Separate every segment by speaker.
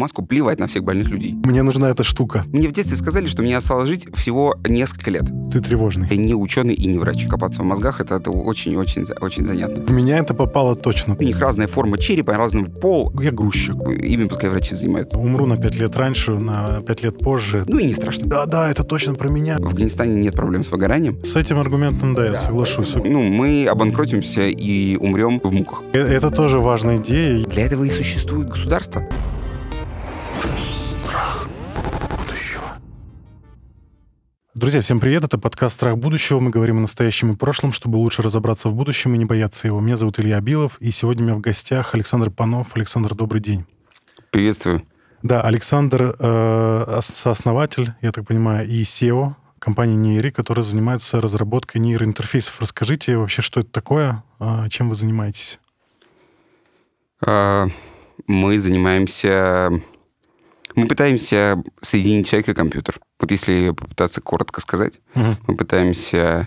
Speaker 1: маску, плевать на всех больных людей.
Speaker 2: Мне нужна эта штука.
Speaker 1: Мне в детстве сказали, что мне осталось жить всего несколько лет.
Speaker 2: Ты тревожный.
Speaker 1: Я не ученый и не врач. Копаться в мозгах это очень занятно.
Speaker 2: В меня это попало точно.
Speaker 1: У них разная форма черепа, разный пол.
Speaker 2: Я грузчик.
Speaker 1: Ими пускай врачи занимаются.
Speaker 2: Умру на 5 лет раньше, на 5 лет позже.
Speaker 1: Ну и не страшно.
Speaker 2: Да, это точно про меня.
Speaker 1: В Афганистане нет проблем с выгоранием.
Speaker 2: С этим аргументом, да, я соглашусь.
Speaker 1: Мы обанкротимся и умрем в муках.
Speaker 2: Это тоже важная идея.
Speaker 1: Для этого и существует государство.
Speaker 2: Друзья, всем привет, это подкаст «Страх будущего». Мы говорим о настоящем и прошлом, чтобы лучше разобраться в будущем и не бояться его. Меня зовут Илья Абилов, и сегодня у меня в гостях Александр Панов. Александр, добрый день.
Speaker 1: Приветствую.
Speaker 2: Да, Александр сооснователь, я так понимаю, и SEO компании Нейри, которая занимается разработкой нейроинтерфейсов. Расскажите вообще, что это такое, чем вы занимаетесь?
Speaker 1: Мы пытаемся соединить человека и компьютер. Вот если попытаться коротко сказать, мы пытаемся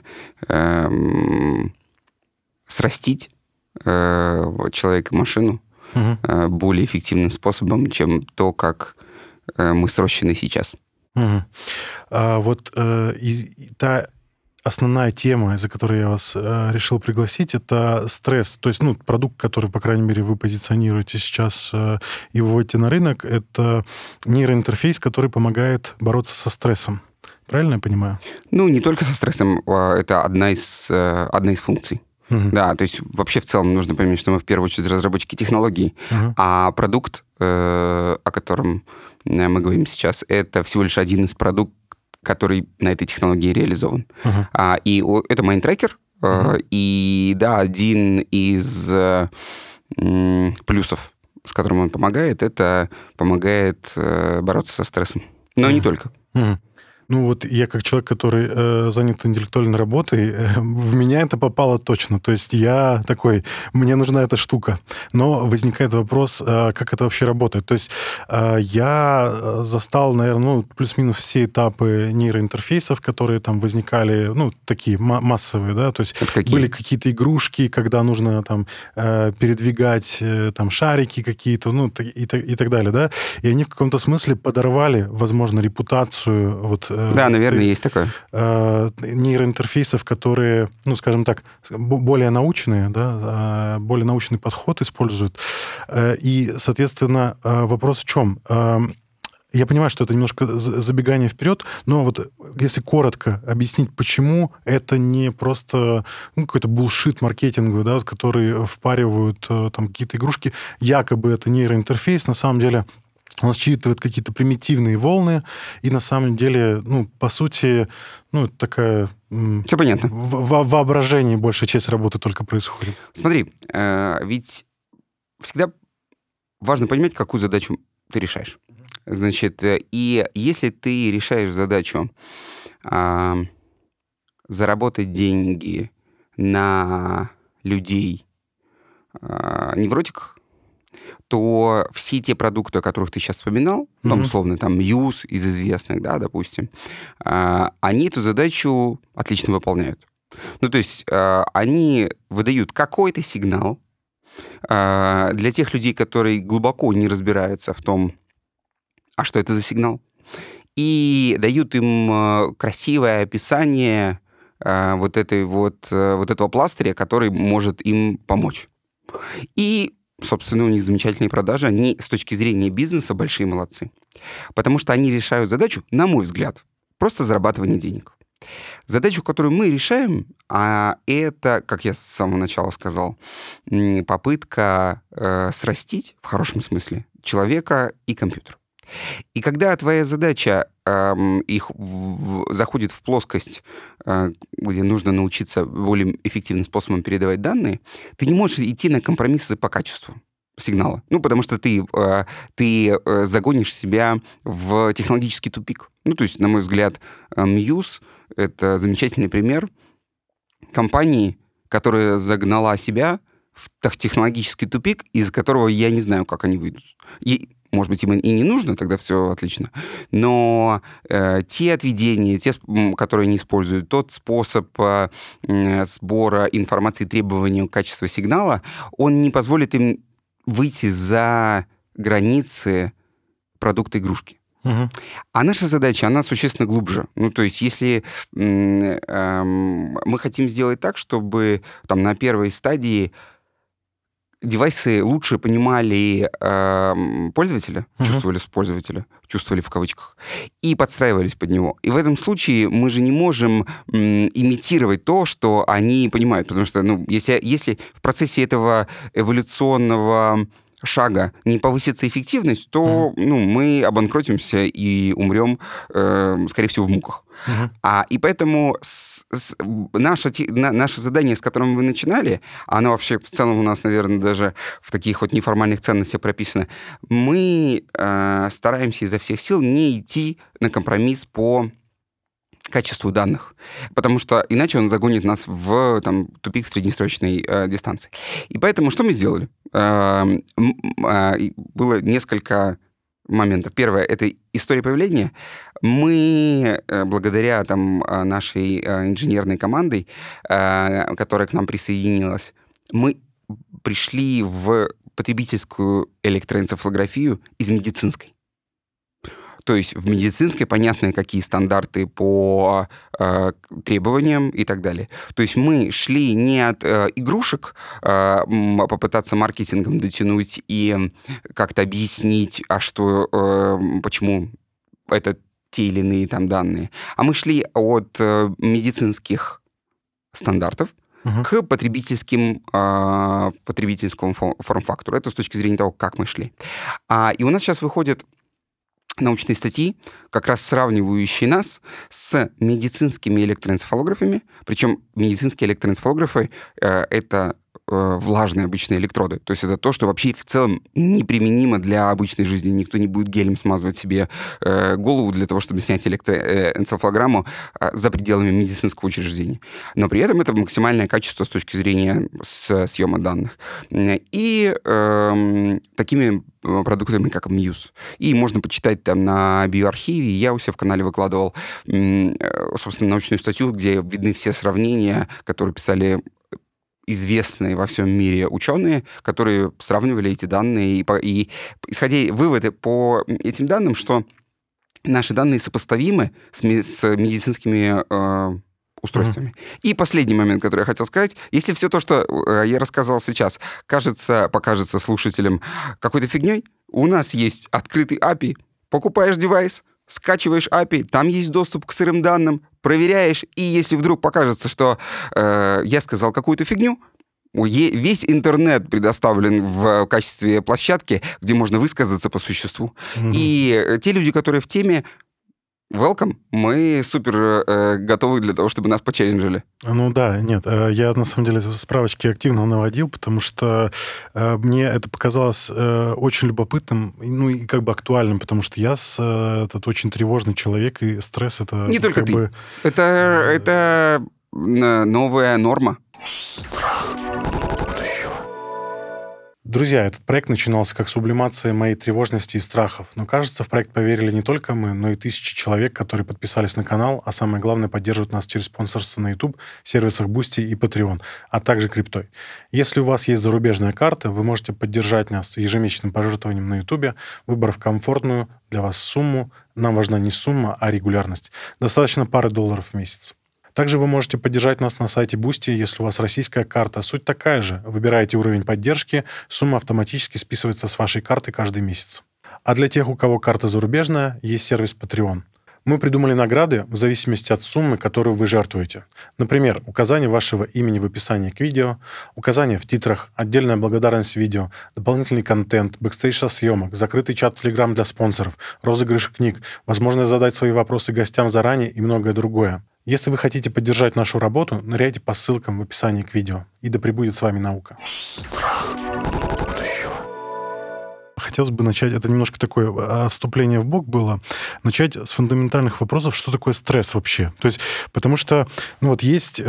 Speaker 1: срастить человека и машину более эффективным способом, чем то, как мы срощены сейчас.
Speaker 2: Та основная тема, из-за которой я вас решил пригласить, это стресс. То есть, продукт, который, по крайней мере, вы позиционируете сейчас и выводите на рынок, это нейроинтерфейс, который помогает бороться со стрессом. Правильно я понимаю?
Speaker 1: Не только со стрессом, это одна из функций. Да, то есть вообще в целом нужно понимать, что мы в первую очередь разработчики технологий, а продукт, о котором мы говорим сейчас, это всего лишь один из продуктов, который на этой технологии реализован. И это MindTracker, и да, один из плюсов, с которым он помогает, это помогает бороться со стрессом. Но не только.
Speaker 2: Я как человек, который занят интеллектуальной работой, в меня это попало точно. То есть я такой, мне нужна эта штука. Но возникает вопрос, как это вообще работает. То есть я застал, наверное, плюс-минус все этапы нейроинтерфейсов, которые там возникали, такие массовые, да. То есть были какие-то игрушки, когда нужно там передвигать там шарики какие-то, и так далее, да. И они в каком-то смысле подорвали, возможно, репутацию
Speaker 1: да, наверное, есть такое.
Speaker 2: Нейроинтерфейсов, которые, скажем так, более научные, да, более научный подход используют. И, соответственно, вопрос в чем? Я понимаю, что это немножко забегание вперед, но вот если коротко объяснить, почему это не просто какой-то булшит маркетинговый, да, который впаривают там какие-то игрушки, якобы это нейроинтерфейс, на самом деле он считывает какие-то примитивные волны, и на самом деле, по сути, такая...
Speaker 1: Все понятно.
Speaker 2: В воображении большая часть работы только происходит.
Speaker 1: Смотри, ведь всегда важно понимать, какую задачу ты решаешь. Значит, и если ты решаешь задачу заработать деньги на людей невротиках, то все те продукты, о которых ты сейчас вспоминал, условно, там, Muse из известных, да, допустим, они эту задачу отлично выполняют. То есть они выдают какой-то сигнал для тех людей, которые глубоко не разбираются в том, а что это за сигнал, и дают им красивое описание этого пластыря, который может им помочь. И собственно, у них замечательные продажи. Они с точки зрения бизнеса большие молодцы. Потому что они решают задачу, на мой взгляд, просто зарабатывание денег. Задачу, которую мы решаем, это, как я с самого начала сказал, попытка срастить, в хорошем смысле, человека и компьютер. И когда твоя задача заходит в плоскость, где нужно научиться более эффективным способом передавать данные, ты не можешь идти на компромиссы по качеству сигнала. Потому что ты загонишь себя в технологический тупик. То есть, на мой взгляд, Muse — это замечательный пример компании, которая загнала себя в технологический тупик, из которого я не знаю, как они выйдут. Может быть, им и не нужно, тогда все отлично. Но те отведения, которые они используют, тот способ сбора информации, требования качества сигнала, он не позволит им выйти за границы продукты игрушки. А наша задача, она существенно глубже. Ну, то есть, если мы хотим сделать так, чтобы там на первой стадии девайсы лучше понимали пользователя, чувствовали пользователя, чувствовали в кавычках, и подстраивались под него. И в этом случае мы же не можем имитировать то, что они понимают. Потому что, если в процессе этого эволюционного шага не повысится эффективность, то мы обанкротимся и умрем, скорее всего, в муках. И поэтому наше задание, с которым вы начинали, оно вообще в целом у нас, наверное, даже в таких вот неформальных ценностях прописано, мы стараемся изо всех сил не идти на компромисс по качеству данных, потому что иначе он загонит нас в тупик среднесрочной дистанции. И поэтому что мы сделали? Было несколько моментов. Первое — это история появления. Мы, благодаря нашей инженерной командой, которая к нам присоединилась, мы пришли в потребительскую электроэнцефалографию из медицинской. То есть в медицинской понятны, какие стандарты по требованиям и так далее. То есть мы шли не от игрушек попытаться маркетингом дотянуть и как-то объяснить, почему это те или иные данные, а мы шли от медицинских стандартов к потребительскому форм-фактору. Это с точки зрения того, как мы шли. И у нас сейчас выходят научные статьи, как раз сравнивающие нас с медицинскими электроэнцефалографами. Причем медицинские электроэнцефалографы это влажные обычные электроды. То есть это то, что вообще в целом неприменимо для обычной жизни. Никто не будет гелем смазывать себе голову для того, чтобы снять электроэнцефалограмму за пределами медицинского учреждения. Но при этом это максимальное качество с точки зрения съема данных. И такими продуктами, как Muse. И можно почитать на биоархиве. Я у себя в канале выкладывал, собственно, научную статью, где видны все сравнения, которые писали известные во всем мире ученые, которые сравнивали эти данные и исходя выводы по этим данным, что наши данные сопоставимы с медицинскими устройствами. И последний момент, который я хотел сказать. Если все то, что я рассказал сейчас, покажется слушателям какой-то фигней, у нас есть открытый API. Покупаешь девайс, скачиваешь API, там есть доступ к сырым данным, проверяешь, и если вдруг покажется, что я сказал какую-то фигню, весь интернет предоставлен в качестве площадки, где можно высказаться по существу. И те люди, которые в теме, welcome, мы супер готовы для того, чтобы нас почелленджили.
Speaker 2: Ну да, нет, я на самом деле справочки активно наводил, потому что мне это показалось очень любопытным, ну и как бы актуальным, потому что я этот очень тревожный человек, и стресс это...
Speaker 1: Не только ты. Это новая норма.
Speaker 2: Друзья, этот проект начинался как сублимация моей тревожности и страхов. Но, кажется, в проект поверили не только мы, но и тысячи человек, которые подписались на канал, а самое главное, поддерживают нас через спонсорство на YouTube, сервисах Boosty и Patreon, а также криптой. Если у вас есть зарубежная карта, вы можете поддержать нас ежемесячным пожертвованием на YouTube, выбрав комфортную для вас сумму. Нам важна не сумма, а регулярность. Достаточно пары $1 в месяц. Также вы можете поддержать нас на сайте Boosty, если у вас российская карта. Суть такая же. Выбираете уровень поддержки, сумма автоматически списывается с вашей карты каждый месяц. А для тех, у кого карта зарубежная, есть сервис Patreon. Мы придумали награды в зависимости от суммы, которую вы жертвуете. Например, указание вашего имени в описании к видео, указание в титрах, отдельная благодарность в видео, дополнительный контент, бэкстейдж со съемок, закрытый чат в Telegram для спонсоров, розыгрыш книг, возможность задать свои вопросы гостям заранее и многое другое. Если вы хотите поддержать нашу работу, ныряйте по ссылкам в описании к видео. И да пребудет с вами наука. Хотелось бы начать, это немножко такое отступление вбок было, начать с фундаментальных вопросов, что такое стресс вообще. То есть, потому что, есть,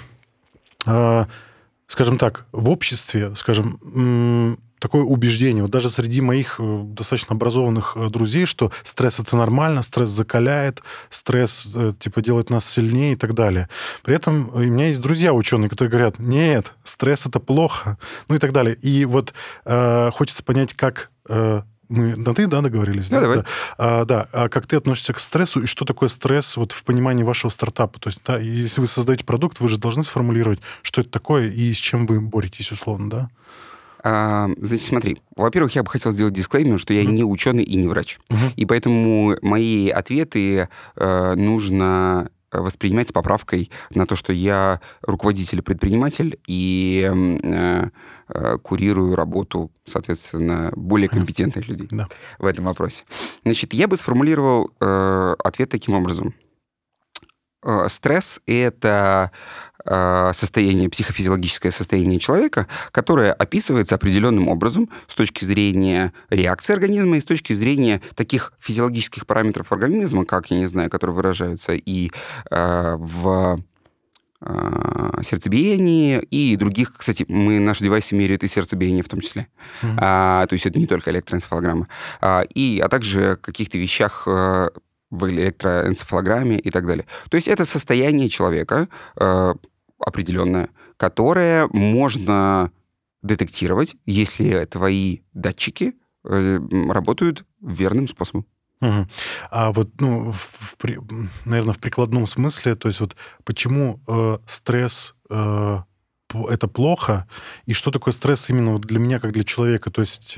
Speaker 2: скажем так, в обществе, такое убеждение, вот даже среди моих достаточно образованных друзей, что стресс — это нормально, стресс закаляет, стресс, делает нас сильнее и так далее. При этом у меня есть друзья ученые, которые говорят, нет, стресс — это плохо, и так далее. И вот хочется понять, как мы на «ты», да, договорились?
Speaker 1: Да, давай.
Speaker 2: Да. А как ты относишься к стрессу, и что такое стресс вот в понимании вашего стартапа? То есть, да, если вы создаете продукт, вы же должны сформулировать, что это такое и с чем вы боретесь, условно, да?
Speaker 1: Значит, смотри. Во-первых, я бы хотел сделать дисклеймер, что я не ученый и не врач.
Speaker 2: Мгм.
Speaker 1: И поэтому мои ответы нужно воспринимать с поправкой на то, что я руководитель и предприниматель и курирую работу, соответственно, более компетентных людей
Speaker 2: Да.
Speaker 1: в этом вопросе. Значит, я бы сформулировал ответ таким образом. Стресс — это состояние, психофизиологическое состояние человека, которое описывается определенным образом с точки зрения реакции организма и с точки зрения таких физиологических параметров организма, как, я не знаю, которые выражаются и в сердцебиении, и других. Кстати, наши девайсы меряют и сердцебиение в том числе. То есть это не только электроэнцефалограмма. А также каких-то вещах в электроэнцефалограмме и так далее. То есть это состояние человека определенное, которое можно детектировать, если твои датчики работают верным способом.
Speaker 2: Мгм. А вот, ну, наверное, в прикладном смысле, то есть вот почему стресс это плохо, и что такое стресс именно вот для меня, как для человека? То есть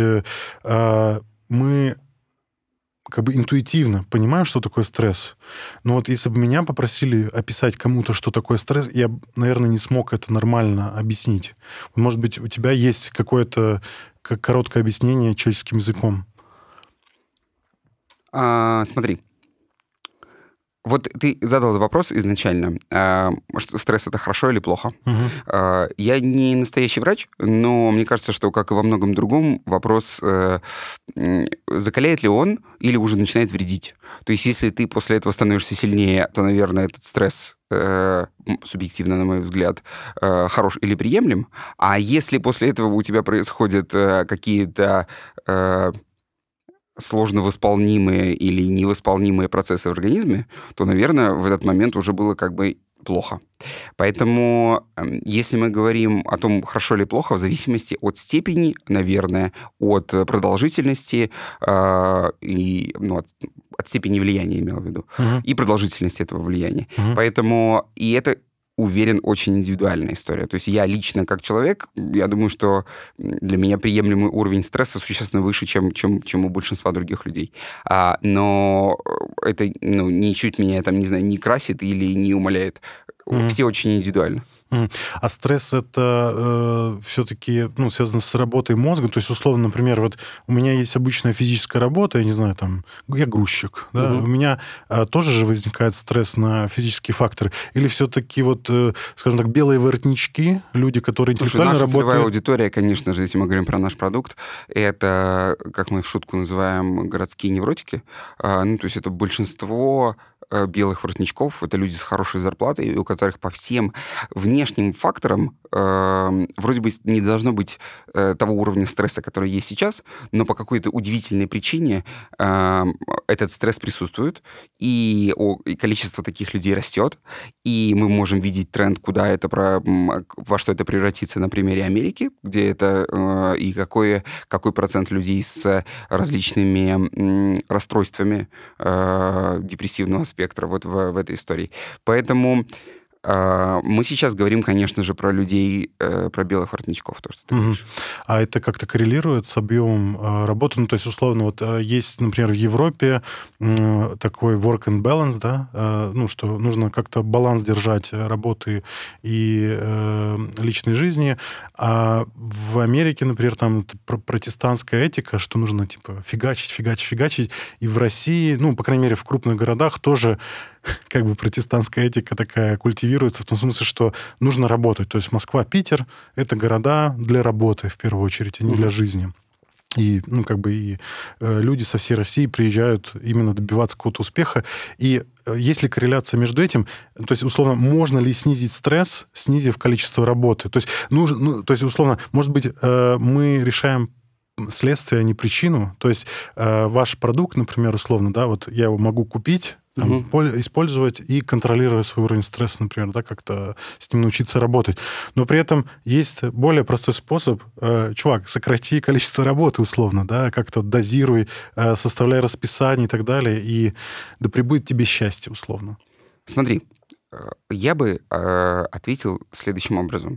Speaker 2: мы как бы интуитивно понимаем, что такое стресс, но вот если бы меня попросили описать кому-то, что такое стресс, я, наверное, не смог это нормально объяснить. Может быть, у тебя есть какое-то короткое объяснение человеческим языком?
Speaker 1: Смотри. Вот ты задал вопрос изначально, что стресс — это хорошо или плохо. Я не настоящий врач, но мне кажется, что, как и во многом другом, вопрос, закаляет ли он или уже начинает вредить. То есть если ты после этого становишься сильнее, то, наверное, этот стресс субъективно, на мой взгляд, хорош или приемлем. А если после этого у тебя происходят какие-то сложно восполнимые или невосполнимые процессы в организме, то, наверное, в этот момент уже было как бы плохо. Поэтому, если мы говорим о том, хорошо или плохо, в зависимости от степени, наверное, от продолжительности и от степени влияния, имел в виду, и продолжительности этого влияния. Поэтому и это, уверен, очень индивидуальная история. То есть я лично, как человек, я думаю, что для меня приемлемый уровень стресса существенно выше, чем у большинства других людей. Но это ничуть меня, там, не знаю, не красит или не умаляет. Все очень индивидуально.
Speaker 2: А стресс это все-таки связано с работой мозга? То есть, условно, например, вот у меня есть обычная физическая работа, я не знаю, там, я грузчик, да, у меня тоже же возникает стресс на физические факторы? Или все-таки вот, скажем так, белые воротнички, люди, которые интеллектуально
Speaker 1: наша
Speaker 2: работают...
Speaker 1: целевая аудитория, конечно же, если мы говорим про наш продукт, это, как мы в шутку называем, городские невротики. То есть это большинство белых воротничков, это люди с хорошей зарплатой, у которых по всем внешним факторам вроде бы не должно быть того уровня стресса, который есть сейчас, но по какой-то удивительной причине этот стресс присутствует, и количество таких людей растет, и мы можем видеть тренд, во что это превратится на примере Америки, где это и какой процент людей с различными расстройствами депрессивного спектра вот в этой истории. Поэтому мы сейчас говорим, конечно же, про людей, про белых воротничков, то, что ты говоришь.
Speaker 2: А это как-то коррелирует с объемом работы? Ну, то есть, условно, вот есть, например, в Европе такой work and balance, да, что нужно как-то баланс держать работы и личной жизни. А в Америке, например, там протестантская этика, что нужно, типа, фигачить. И в России, по крайней мере, в крупных городах тоже как бы протестантская этика такая культивируется в том смысле, что нужно работать. То есть Москва, Питер — это города для работы, в первую очередь, а не для жизни. И, люди со всей России приезжают именно добиваться какого-то успеха. И есть ли корреляция между этим? То есть, условно, можно ли снизить стресс, снизив количество работы? То есть, условно, может быть, мы решаем следствие, а не причину. То есть ваш продукт, например, условно, да, вот я его могу купить, Там, использовать и контролировать свой уровень стресса, например, да, как-то с ним научиться работать. Но при этом есть более простой способ. Чувак, сократи количество работы условно, да, как-то дозируй, составляй расписание и так далее, и да пребудет тебе счастье условно.
Speaker 1: Смотри, я бы ответил следующим образом.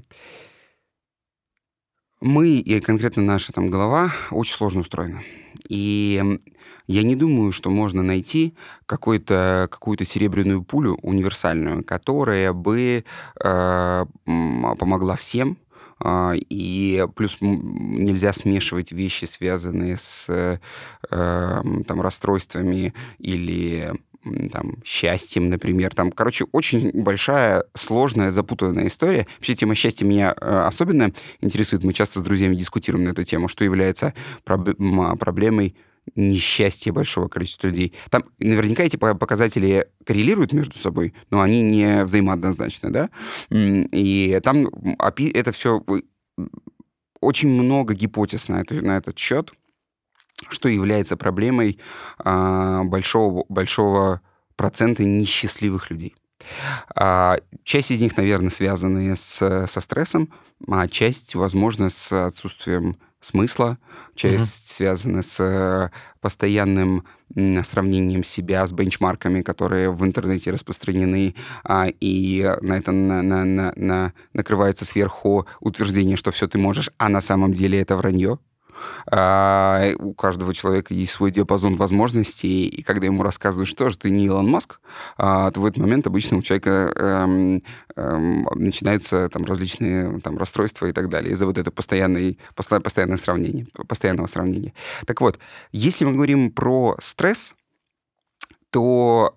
Speaker 1: Мы, и конкретно наша там голова, очень сложно устроена. И я не думаю, что можно найти какую-то серебряную пулю универсальную, которая бы помогла всем. И плюс нельзя смешивать вещи, связанные с там, расстройствами или там, счастьем, например. Там, короче, очень большая, сложная, запутанная история. Вообще, тема счастья меня особенно интересует. Мы часто с друзьями дискутируем на эту тему, что является проблемой несчастья большого количества людей. Там наверняка эти показатели коррелируют между собой, но они не взаимооднозначны, да? И там это все... Очень много гипотез на этот счет, что является проблемой большого процента несчастливых людей. Часть из них, наверное, связаны со стрессом, а часть, возможно, с отсутствием смысла, часть связана с постоянным сравнением себя с бенчмарками, которые в интернете распространены, и на это накрывается сверху утверждение, что все ты можешь, а на самом деле это вранье. У каждого человека есть свой диапазон возможностей, и когда ему рассказывают, что же ты не Илон Маск, то в этот момент обычно у человека начинаются там различные там, расстройства и так далее из-за вот этого постоянного сравнения. Так вот, если мы говорим про стресс, то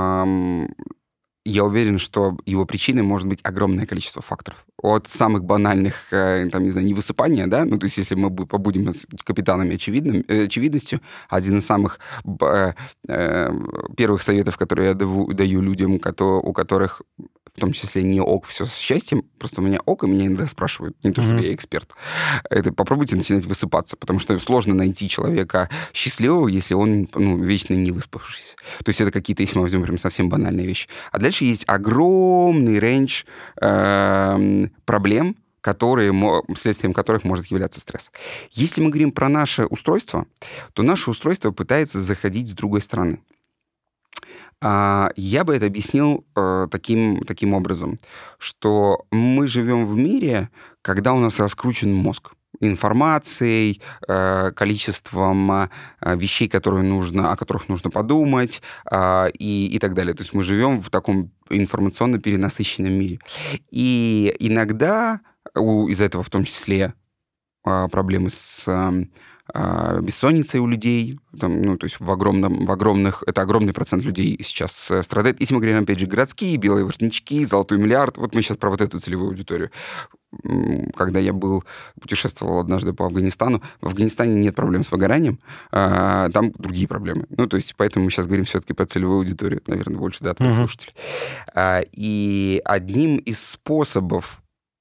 Speaker 1: я уверен, что его причиной может быть огромное количество факторов. От самых банальных, там, не знаю, невысыпания, да, ну, то есть если мы побудем капитанами очевидностью, один из самых первых советов, которые я даю людям, у которых в том числе не ок, все с счастьем, просто у меня ок, и меня иногда спрашивают, не то, чтобы я эксперт, это попробуйте начинать высыпаться, потому что сложно найти человека счастливого, если он вечно не выспавшийся. То есть это какие-то, если мы возьмем прям совсем банальные вещи. А дальше есть огромный рейндж проблем, следствием которых может являться стресс. Если мы говорим про наше устройство, то наше устройство пытается заходить с другой стороны. Я бы это объяснил таким образом, что мы живем в мире, когда у нас раскручен мозг информацией, количеством вещей, о которых нужно подумать, и так далее. То есть мы живем в таком информационно перенасыщенном мире. И иногда из-за этого в том числе проблемы с бессонницей у людей, там, то есть это огромный процент людей сейчас страдает. Если мы говорим, опять же, городские, белые воротнички, золотой миллиард, вот мы сейчас про вот эту целевую аудиторию. Когда я путешествовал однажды по Афганистану, в Афганистане нет проблем с выгоранием, там другие проблемы. Ну, то есть поэтому мы сейчас говорим все-таки про целевую аудиторию, наверное, больше, да, твоих слушателей. И одним из способов...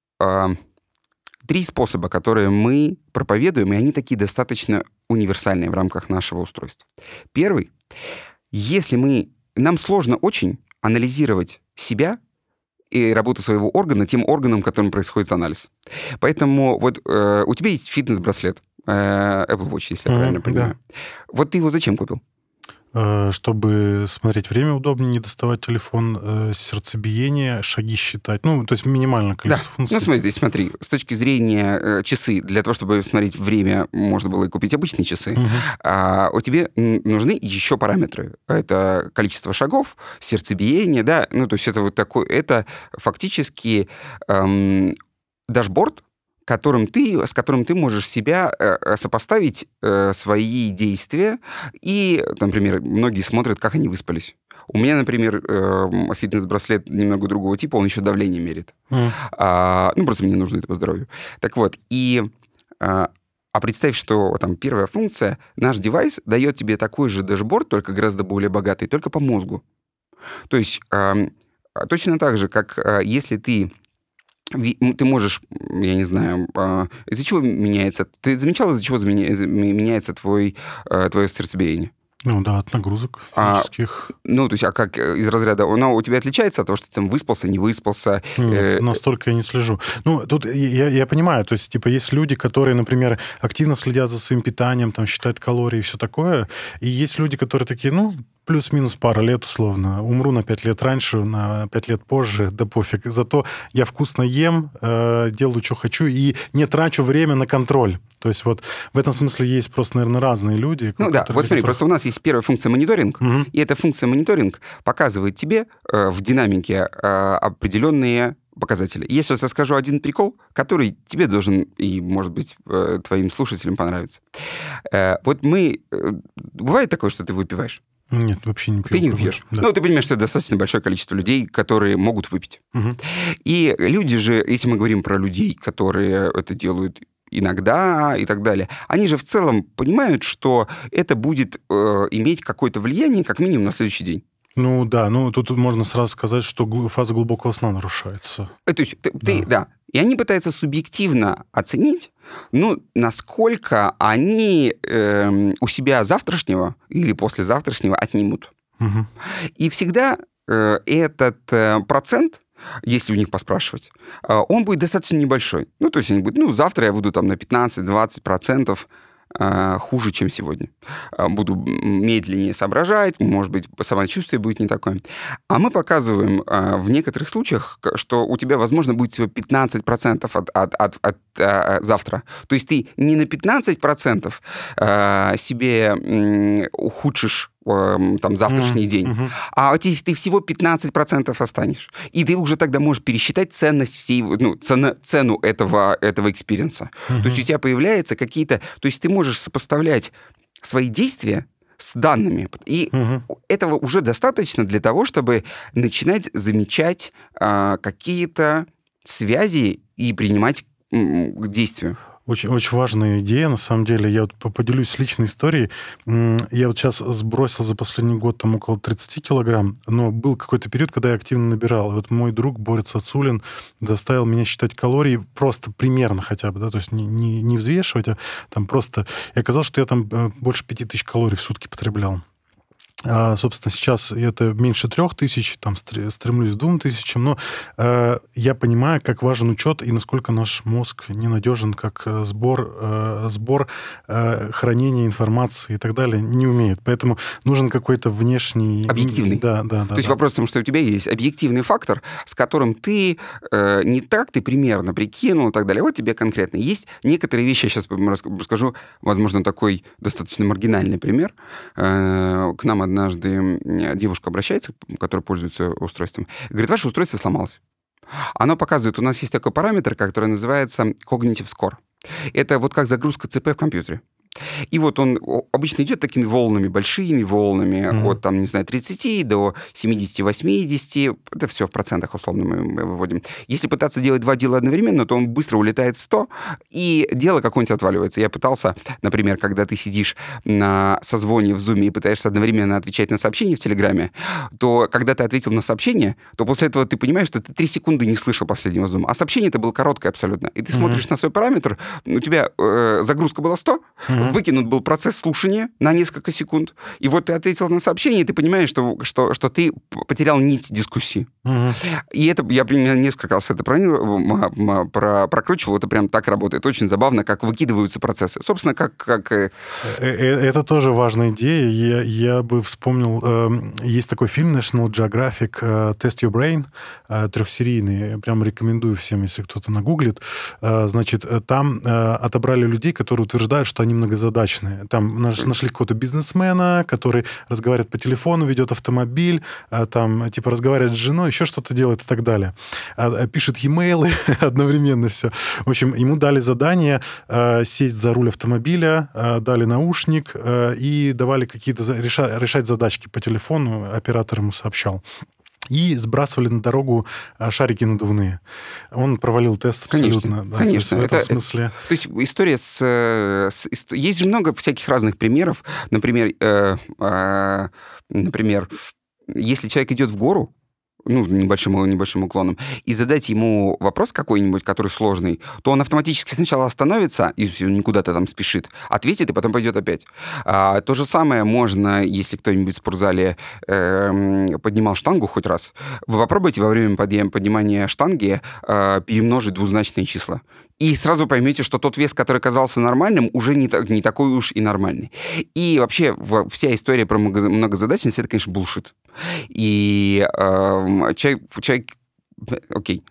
Speaker 1: 3 способа, которые мы проповедуем, и они такие достаточно универсальные в рамках нашего устройства. Первый. Если нам сложно очень анализировать себя и работу своего органа тем органом, которым происходит анализ. Поэтому вот у тебя есть фитнес-браслет Apple Watch, если я правильно понимаю. Да. Вот ты его зачем купил?
Speaker 2: Чтобы смотреть время удобнее, не доставать телефон, сердцебиение, шаги считать. Ну, то есть минимальное количество функций.
Speaker 1: Ну, смотри, с точки зрения часы, для того, чтобы смотреть время, можно было и купить обычные часы, у тебя нужны еще параметры. Это количество шагов, сердцебиение, да, ну, то есть это вот такой, это фактически дашборд, с которым ты можешь себя сопоставить свои действия. И, например, многие смотрят, как они выспались. У меня, например, фитнес-браслет немного другого типа, он еще давление мерит. Просто мне нужно это по здоровью. Так вот, а представь, что там первая функция, наш девайс дает тебе такой же дашборд, только гораздо более богатый, только по мозгу. То есть точно так же, как если ты можешь, я не знаю, из-за чего меняется... Ты замечал, из-за чего меняется твое сердцебиение?
Speaker 2: Ну да, от нагрузок физических.
Speaker 1: Ну, то есть, а как из разряда, оно у тебя отличается от того, что ты там выспался, не выспался?
Speaker 2: Нет, настолько я не слежу. Ну, тут я понимаю, то есть, типа, есть люди, которые, например, активно следят за своим питанием, там, считают калории и все такое, и есть люди, которые такие, ну, плюс-минус пара лет, условно. Умру на 5 лет раньше, на 5 лет позже, да пофиг. Зато я вкусно ем, делаю, что хочу, и не трачу время на контроль. То есть вот в этом смысле есть просто, наверное, разные люди.
Speaker 1: Ну да, вот смотри, просто у нас есть первая функция мониторинг,
Speaker 2: Угу.
Speaker 1: и эта функция мониторинг показывает тебе в динамике определенные показатели. Я сейчас расскажу один прикол, который тебе должен и, может быть, твоим слушателям понравится. Вот мы... Бывает такое, что ты выпиваешь?
Speaker 2: Нет, вообще не пью.
Speaker 1: Ты не пьешь.
Speaker 2: Да.
Speaker 1: Ну, ты понимаешь, что это достаточно большое количество людей, которые могут выпить.
Speaker 2: Угу.
Speaker 1: И люди же, если мы говорим про людей, которые это делают иногда и так далее, они же в целом понимают, что это будет иметь какое-то влияние как минимум на следующий день.
Speaker 2: Ну да, ну тут можно сразу сказать, что фаза глубокого сна нарушается.
Speaker 1: То есть да. И они пытаются субъективно оценить, ну, насколько они у себя завтрашнего или послезавтрашнего отнимут.
Speaker 2: Угу.
Speaker 1: И всегда этот процент, если у них поспрашивать, он будет достаточно небольшой. Ну, то есть они будут, ну, завтра я буду там на 15-20% хуже, чем сегодня. Буду медленнее соображать, может быть, самочувствие будет не такое. А мы показываем в некоторых случаях, что у тебя, возможно, будет всего 15% от завтра. То есть ты не на 15% себе ухудшишь там завтрашний день, а ты всего 15% останешь. И ты уже тогда можешь пересчитать ценность всей, ну, цену этого экспириенса. То есть у тебя появляются какие-то... То есть ты можешь сопоставлять свои действия с данными. И этого уже достаточно для того, чтобы начинать замечать какие-то связи и принимать действия.
Speaker 2: Очень, очень важная идея, на самом деле. Я вот поделюсь с личной историей. Я вот сейчас сбросил за последний год там около 30 килограмм, но был какой-то период, когда я активно набирал. И вот мой друг Борис Цацулин заставил меня считать калории просто примерно хотя бы, да, то есть не взвешивать, а там просто... И оказалось, что я там больше 5000 калорий в сутки потреблял. Собственно, сейчас это меньше 3000, там стремлюсь к 2000, но я понимаю, как важен учет и насколько наш мозг ненадежен, как сбор хранение информации и так далее не умеет. Поэтому нужен какой-то внешний...
Speaker 1: Объективный.
Speaker 2: Да.
Speaker 1: То есть вопрос в том, что у тебя есть объективный фактор, с которым ты не так, ты примерно прикинул и так далее. Вот тебе конкретно. Есть некоторые вещи, я сейчас расскажу, возможно, такой достаточно маргинальный пример. К нам однажды девушка обращается, которая пользуется устройством, говорит, ваше устройство сломалось. Оно показывает, у нас есть такой параметр, который называется Cognitive Score. Это вот как загрузка ЦП в компьютере. И вот он обычно идет такими волнами, большими волнами, от, там, не знаю, 30 до 70-80. Это все в процентах, условно, мы выводим. Если пытаться делать два дела одновременно, то он быстро улетает в 100, и дело какое-нибудь отваливается. Я пытался, например, когда ты сидишь на созвоне в Zoom и пытаешься одновременно отвечать на сообщение в Телеграме, то когда ты ответил на сообщение, то после этого ты понимаешь, что ты 3 секунды не слышал последнего Zoom. А сообщение это было короткое абсолютно. И ты смотришь на свой параметр, у тебя загрузка была 100, выкинут был процесс слушания на несколько секунд, и вот ты ответил на сообщение, и ты понимаешь, что ты потерял нить дискуссии. И это, я примерно несколько раз это прокручивал, это прям так работает. Очень забавно, как выкидываются процессы. Собственно, как...
Speaker 2: Это тоже важная идея. Я бы вспомнил, есть такой фильм National Geographic «Test Your Brain», трехсерийный. Я прям рекомендую всем, если кто-то нагуглит. Значит, там отобрали людей, которые утверждают, что они многозадачные. Там нашли какого-то бизнесмена, который разговаривает по телефону, ведет автомобиль, там, типа, разговаривает с женой, еще что-то делает и так далее. Пишет e-mail одновременно все. В общем, ему дали задание сесть за руль автомобиля, дали наушник и давали какие-то решать задачки по телефону, оператор ему сообщал. И сбрасывали на дорогу шарики надувные. Он провалил тест абсолютно.
Speaker 1: Конечно.
Speaker 2: В этом смысле.
Speaker 1: То есть история есть же много всяких разных примеров. Например, если человек идет в гору, ну, небольшим уклоном, и задать ему вопрос какой-нибудь, который сложный, то он автоматически сначала остановится, если он никуда-то там спешит, ответит, и потом пойдет опять. То же самое можно, если кто-нибудь в спортзале поднимал штангу хоть раз, вы попробуйте во время поднимания штанги перемножить двузначные числа. И сразу поймете, что тот вес, который казался нормальным, уже не такой уж и нормальный. И вообще вся история про многозадачность — это, конечно, булшит. И человек, окей,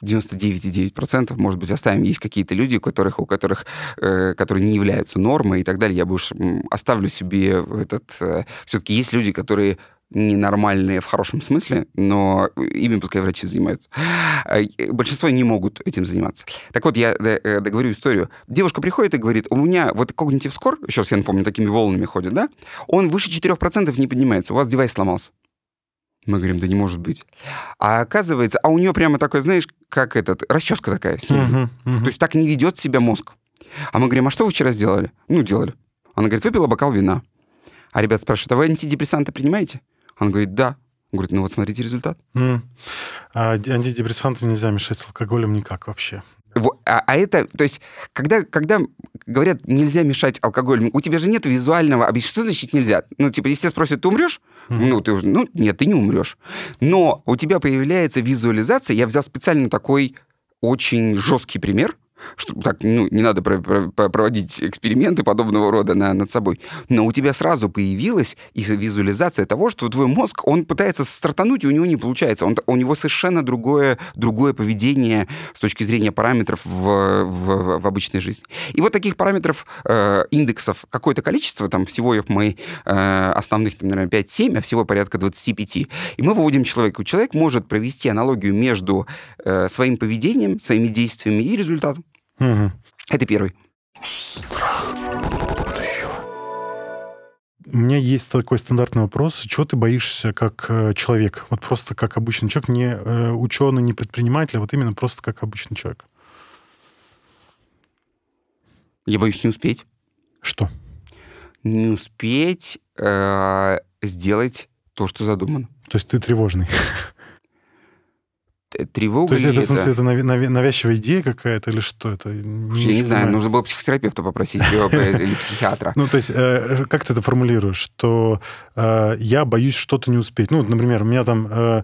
Speaker 1: 99,9%, может быть, оставим, есть какие-то люди, которые не являются нормой и так далее. Я бы уж оставлю себе все-таки есть люди, которые ненормальные в хорошем смысле, но ими пускай врачи занимаются. Большинство не могут этим заниматься. Так вот, я договорю историю. Девушка приходит и говорит, у меня вот cognitive score, еще раз я напомню, такими волнами ходит, да? Он выше 4% не поднимается, у вас девайс сломался. Мы говорим, да не может быть. А оказывается, у нее прямо такой, знаешь, как расческа такая снизу. То есть так не ведет себя мозг. А мы говорим, а что вы вчера сделали? Ну, делали. Она говорит, выпила бокал вина. А ребята спрашивают, а вы антидепрессанты принимаете? Он говорит, да. Он говорит, ну вот смотрите результат.
Speaker 2: А антидепрессанты нельзя мешать с алкоголем никак вообще.
Speaker 1: Это, то есть, когда говорят, нельзя мешать алкоголю, у тебя же нет визуального объяснения. Что значит нельзя? Ну, типа, если тебя спросят, ты умрешь? Нет, ты не умрешь. Но у тебя появляется визуализация. Я взял специально такой очень жесткий пример, что так, не надо проводить эксперименты подобного рода над собой. Но у тебя сразу появилась визуализация того, что твой мозг, он пытается стартануть, и у него не получается. У него совершенно другое поведение с точки зрения параметров в обычной жизни. И вот таких параметров, индексов, какое-то количество, там всего их мы основных, наверное, 5-7, а всего порядка 25. И мы выводим человека. Человек может провести аналогию между своим поведением, своими действиями и результатом. Это первый.
Speaker 2: У меня есть такой стандартный вопрос. Чего ты боишься как человек? Вот просто как обычный человек, не ученый, не предприниматель, а вот именно просто как обычный человек.
Speaker 1: Я боюсь не успеть.
Speaker 2: Что?
Speaker 1: Не успеть сделать то, что задумано.
Speaker 2: То есть ты тревожный?
Speaker 1: Тревога.
Speaker 2: То есть это, в смысле, это навязчивая идея какая-то или что это?
Speaker 1: Я не знаю, нужно было психотерапевта попросить или психиатра.
Speaker 2: Ну, то есть, как ты это формулируешь? Что я боюсь что-то не успеть. Ну, например, у меня там...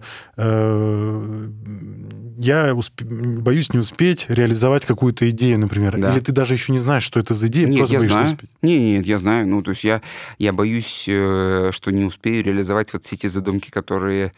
Speaker 2: Я боюсь не успеть реализовать какую-то идею, например. Да. Или ты даже еще не знаешь, что это за идея, просто боишься не успеть?
Speaker 1: Нет, я знаю. Ну, то есть я боюсь, что не успею реализовать вот все те задумки, которые...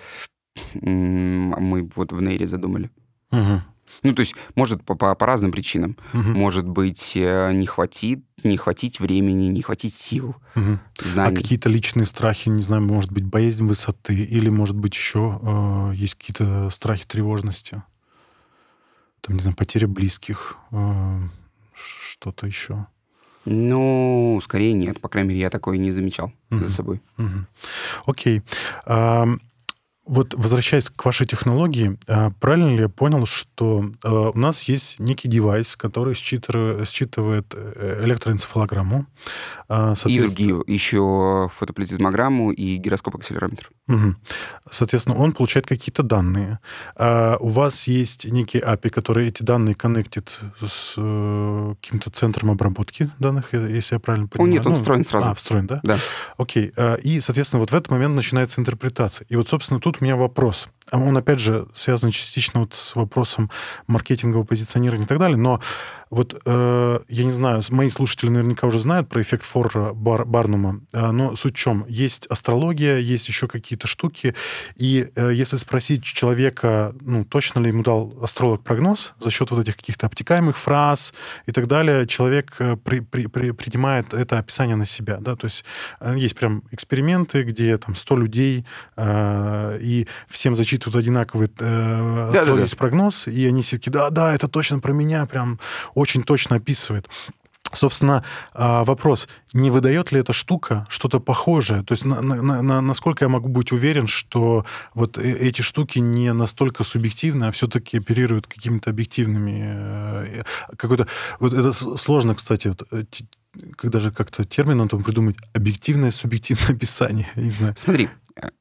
Speaker 1: мы вот в Нейре задумали. Ну, то есть, может, по разным причинам. Может быть, не хватить времени, не хватить сил, знаний.
Speaker 2: А какие-то личные страхи, не знаю, может быть, боязнь высоты, или, может быть, еще есть какие-то страхи тревожности? Там, не знаю, потеря близких, что-то еще?
Speaker 1: Ну, скорее нет. По крайней мере, я такое не замечал за собой.
Speaker 2: Окей. Вот, возвращаясь к вашей технологии, правильно ли я понял, что у нас есть некий девайс, который считывает электроэнцефалограмму?
Speaker 1: И другие, еще фотоплазмограмму и гироскоп-акселерометр.
Speaker 2: Соответственно, он получает какие-то данные. У вас есть некий API, который эти данные коннектит с каким-то центром обработки данных, если я правильно понимаю?
Speaker 1: Нет, он встроен сразу.
Speaker 2: Встроен, да?
Speaker 1: Да.
Speaker 2: Окей. И, соответственно, вот в этот момент начинается интерпретация. И вот, собственно, тут у меня вопрос. Он, опять же, связан частично вот с вопросом маркетингового позиционирования и так далее, но вот, я не знаю, мои слушатели наверняка уже знают про эффект Форера Барнума, но суть в чем? Есть астрология, есть еще какие-то штуки, и если спросить человека, ну, точно ли ему дал астролог прогноз за счет вот этих каких-то обтекаемых фраз и так далее, человек принимает это описание на себя, да, то есть есть прям эксперименты, где там 100 людей, и всем зачитывают одинаковый прогноз, и они все такие, да, это точно про меня, прям очень точно описывает. Собственно, вопрос, не выдает ли эта штука что-то похожее? То есть насколько я могу быть уверен, что вот эти штуки не настолько субъективны, а все-таки оперируют какими-то объективными... Вот это сложно, кстати, когда же как-то термин там придумать, объективное, субъективное описание, я не знаю.
Speaker 1: Смотри,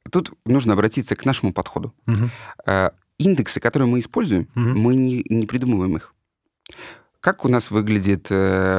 Speaker 1: тут нужно обратиться к нашему подходу.
Speaker 2: Мгм.
Speaker 1: Индексы, которые мы используем,
Speaker 2: Мгм.
Speaker 1: мы не придумываем их. Как у нас выглядит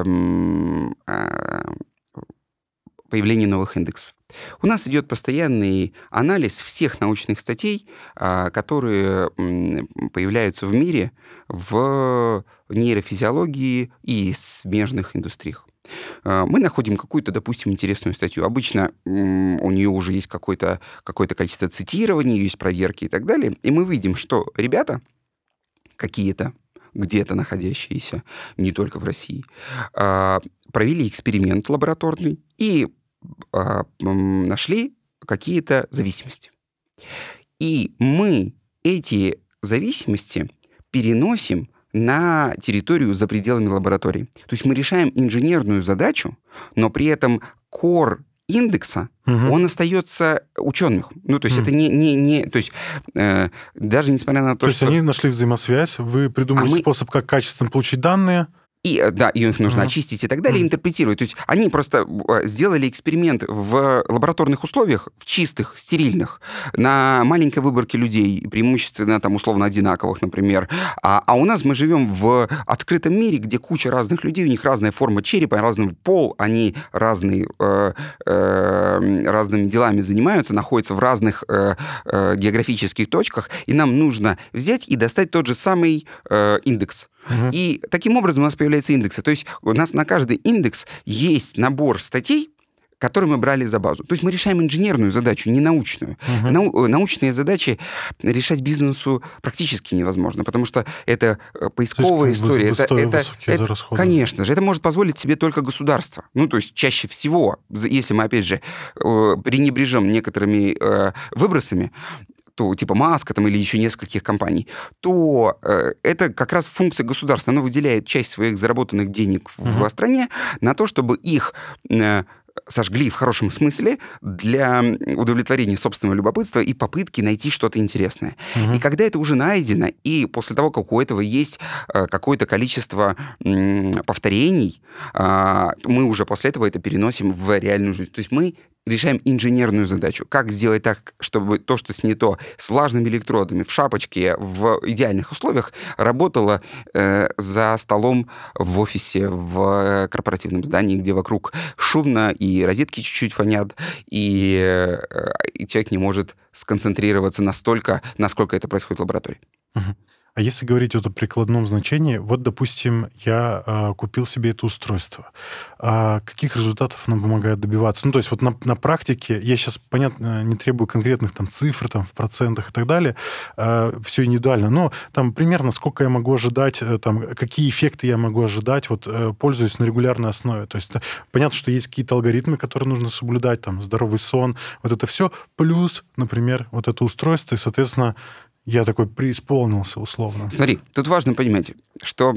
Speaker 1: появление новых индексов? У нас идет постоянный анализ всех научных статей, которые появляются в мире в нейрофизиологии и смежных индустриях. Мы находим какую-то, допустим, интересную статью. Обычно у нее уже есть какое-то количество цитирований, есть проверки и так далее. И мы видим, что ребята какие-то, где-то находящиеся, не только в России, провели эксперимент лабораторный и нашли какие-то зависимости. И мы эти зависимости переносим на территорию за пределами лаборатории. То есть мы решаем инженерную задачу, но при этом core индекса, он остается ученым. Ну, то есть это не то есть даже несмотря на то,
Speaker 2: То есть они нашли взаимосвязь, вы придумали способ, как качественно получить данные.
Speaker 1: И, да, и их нужно очистить и так далее, интерпретировать. То есть они просто сделали эксперимент в лабораторных условиях, в чистых, стерильных, на маленькой выборке людей, преимущественно там условно одинаковых, например. А у нас мы живем в открытом мире, где куча разных людей, у них разная форма черепа, разный пол, они разными делами занимаются, находятся в разных географических точках, и нам нужно взять и достать тот же самый индекс. И таким образом у нас появляются индексы. То есть у нас на каждый индекс есть набор статей, которые мы брали за базу. То есть мы решаем инженерную задачу, не научную. Научные задачи решать бизнесу практически невозможно, потому что это поисковая история. Это, конечно же, это может позволить себе только государство. Ну, то есть чаще всего, если мы, опять же, пренебрежем некоторыми выбросами, то типа Маска там, или еще нескольких компаний, то это как раз функция государства. Оно выделяет часть своих заработанных денег в стране на то, чтобы их сожгли в хорошем смысле для удовлетворения собственного любопытства и попытки найти что-то интересное. И когда это уже найдено, и после того, как у этого есть какое-то количество повторений, мы уже после этого это переносим в реальную жизнь. То есть мы решаем инженерную задачу. Как сделать так, чтобы то, что снято с влажными электродами в шапочке в идеальных условиях, работало за столом в офисе, в корпоративном здании, где вокруг шумно, и розетки чуть-чуть фонят, и человек не может сконцентрироваться настолько, насколько это происходит в лаборатории.
Speaker 2: А если говорить вот о прикладном значении, вот, допустим, я купил себе это устройство. Каких результатов оно помогает добиваться? Ну, то есть вот на практике, я сейчас, понятно, не требую конкретных там цифр там, в процентах и так далее, все индивидуально, но там примерно сколько я могу ожидать, там, какие эффекты я могу ожидать, вот, пользуясь на регулярной основе. То есть понятно, что есть какие-то алгоритмы, которые нужно соблюдать, там, здоровый сон, вот это все, плюс, например, вот это устройство, и, соответственно, я такой преисполнился условно.
Speaker 1: Смотри, тут важно понимать, что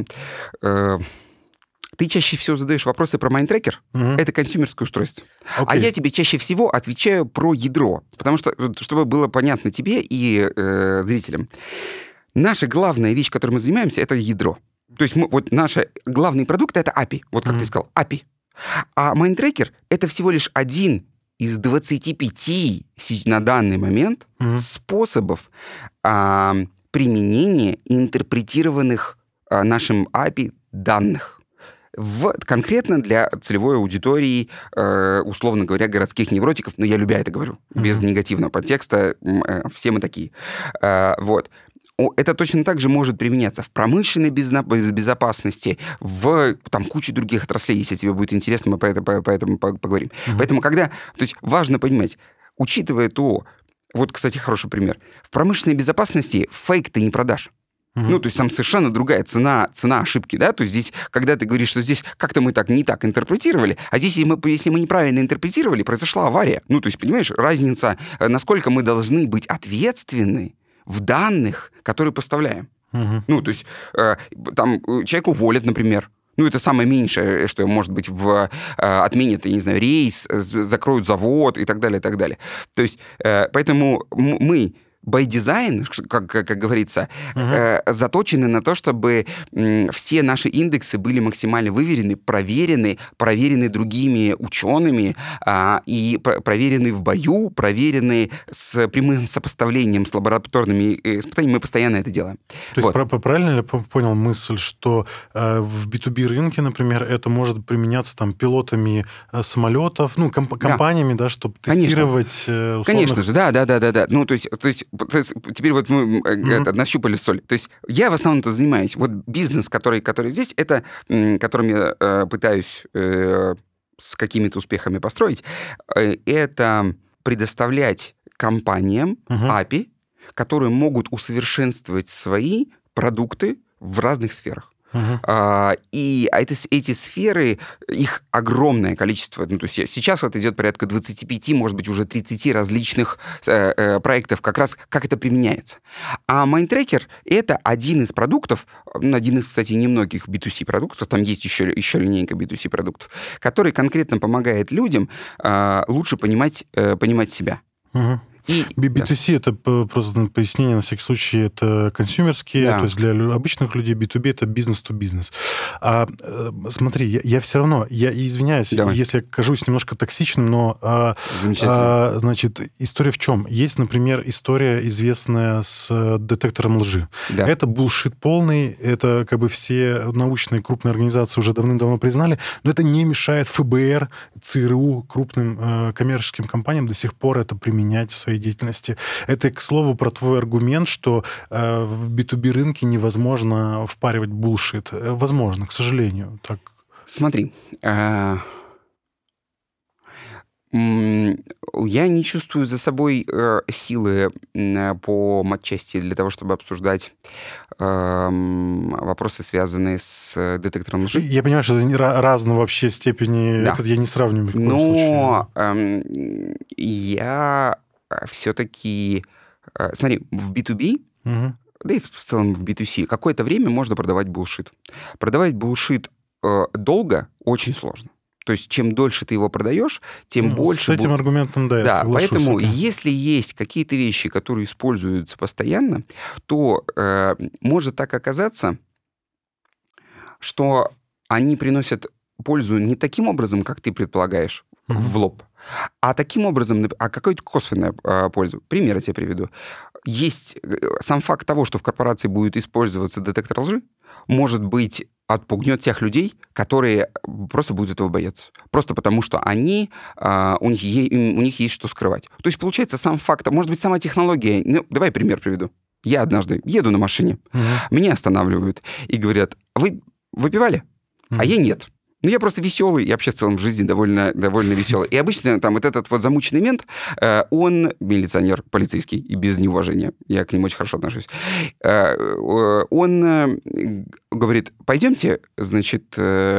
Speaker 1: ты чаще всего задаешь вопросы про MindTracker. Это консюмерское устройство. А я тебе чаще всего отвечаю про ядро. Потому что, чтобы было понятно тебе и зрителям, наша главная вещь, которой мы занимаемся, это ядро. То есть вот наш главный продукт — это API. Вот как ты сказал, API. А MindTracker — это всего лишь один из 25 на данный момент способов применения интерпретированных нашим API данных конкретно для целевой аудитории, условно говоря, городских невротиков. Но я любя это говорю, без негативного подтекста. Все мы такие. Вот. Это точно так же может применяться в промышленной безопасности, в там, куче других отраслей, если тебе будет интересно, мы поэтому поговорим. Поэтому то есть важно понимать, учитывая то, вот, кстати, хороший пример, в промышленной безопасности фейк ты не продашь. Ну, то есть там совершенно другая цена ошибки, да, то есть здесь, когда ты говоришь, что здесь как-то мы не так интерпретировали, а здесь, если мы неправильно интерпретировали, произошла авария. Ну, то есть, понимаешь, разница, насколько мы должны быть ответственны в данных, которые поставляем. Ну, то есть там человека уволят, например. Ну, это самое меньшее, что может быть отменят, я не знаю, рейс, закроют завод и так далее, и так далее. То есть поэтому мы by design, как говорится, заточены на то, чтобы все наши индексы были максимально выверены, проверены другими учеными и проверены в бою, проверены с прямым сопоставлением с лабораторными испытаниями. Мы постоянно это делаем.
Speaker 2: То есть правильно я понял мысль, что в B2B рынке, например, это может применяться там пилотами самолетов, компаниями, да, чтобы тестировать условных...
Speaker 1: Конечно же, да. Ну, то есть теперь вот мы нащупали соль. То есть я в основном-то занимаюсь. Вот бизнес, который здесь, это, которым я пытаюсь с какими-то успехами построить, это предоставлять компаниям API, которые могут усовершенствовать свои продукты в разных сферах. И эти сферы, их огромное количество. Ну, то есть сейчас это идет порядка 25, может быть, уже 30 различных проектов, как раз как это применяется. А Mindtracker — это один из продуктов, один из, кстати, немногих B2C продуктов, там есть еще линейка B2C продуктов, который конкретно помогает людям лучше понимать себя.
Speaker 2: B2C это просто пояснение, на всякий случай, это консюмерские, то есть для обычных людей. B2B это бизнес-то-бизнес. Смотри, я все равно, я извиняюсь, если я кажусь немножко токсичным, но значит, история в чем? Есть, например, история известная с детектором лжи. Да. Это булшит полный, это как бы все научные крупные организации уже давным-давно признали, но это не мешает ФБР, ЦРУ, крупным коммерческим компаниям до сих пор это применять в своей деятельности. Это, к слову, про твой аргумент, что в B2B рынке невозможно впаривать булшит. Возможно, к сожалению. Так.
Speaker 1: Смотри, я не чувствую за собой силы по матчасти для того, чтобы обсуждать вопросы, связанные с детектором лжи.
Speaker 2: Я понимаю, что это разные вообще степени. Да. Это я не сравниваю в любом случае.
Speaker 1: Но я все-таки... Смотри, в B2B, да и в целом в B2C, какое-то время можно продавать булшит. Продавать булшит долго очень сложно. То есть, чем дольше ты его продаешь, тем больше...
Speaker 2: С этим аргументом, да, я соглашусь.
Speaker 1: Поэтому, если есть какие-то вещи, которые используются постоянно, то может так оказаться, что они приносят пользу не таким образом, как ты предполагаешь, в лоб, а таким образом, какая-то косвенная польза. Пример я тебе приведу. Есть сам факт того, что в корпорации будет использоваться детектор лжи, может быть, отпугнет тех людей, которые просто будут этого бояться. Просто потому, что у них есть что скрывать. То есть, получается, сам факт, может быть, сама технология... Ну, давай пример приведу. Я однажды еду на машине, меня останавливают и говорят: вы выпивали? А я нет. Ну, я просто веселый, я вообще в целом в жизни довольно веселый. И обычно там вот этот вот замученный мент, он милиционер, полицейский, и без неуважения, я к нему очень хорошо отношусь, он говорит: пойдемте, значит,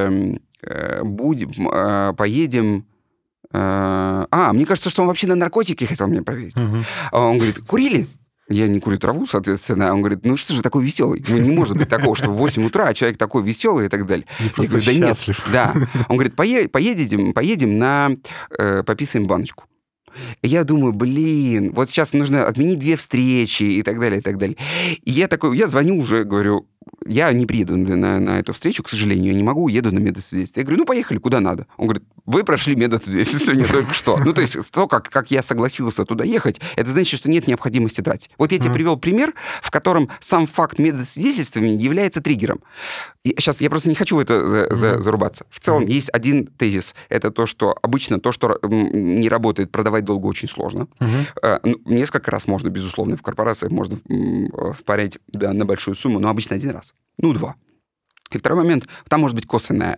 Speaker 1: поедем... мне кажется, что он вообще на наркотики хотел меня проверить. Он говорит: курили? Я не курю траву, соответственно. Он говорит: ну что же такой веселый? Ну, не может быть такого, что в 8 утра человек такой веселый и так далее.
Speaker 2: Я говорю: да
Speaker 1: нет. Да. Он говорит: поедем пописаем баночку. И я думаю: вот сейчас нужно отменить 2 встречи и так далее, и так далее. И я звоню уже, говорю: я не приеду на эту встречу, к сожалению, я не могу, еду на медосвидетельство. Я говорю: ну, поехали, куда надо. Он говорит: вы прошли медосвидетельствование только что. Ну, то есть то, как я согласился туда ехать, это значит, что нет необходимости тратить. Вот я тебе привел пример, в котором сам факт медосвидетельствования является триггером. И сейчас я просто не хочу в это зарубаться. В целом есть один тезис. Это то, что обычно то, что не работает, продавать долго очень сложно. Несколько раз можно, безусловно, в корпорациях можно впарять на большую сумму, но обычно 1 раз. 2. И второй момент, там может быть косвенная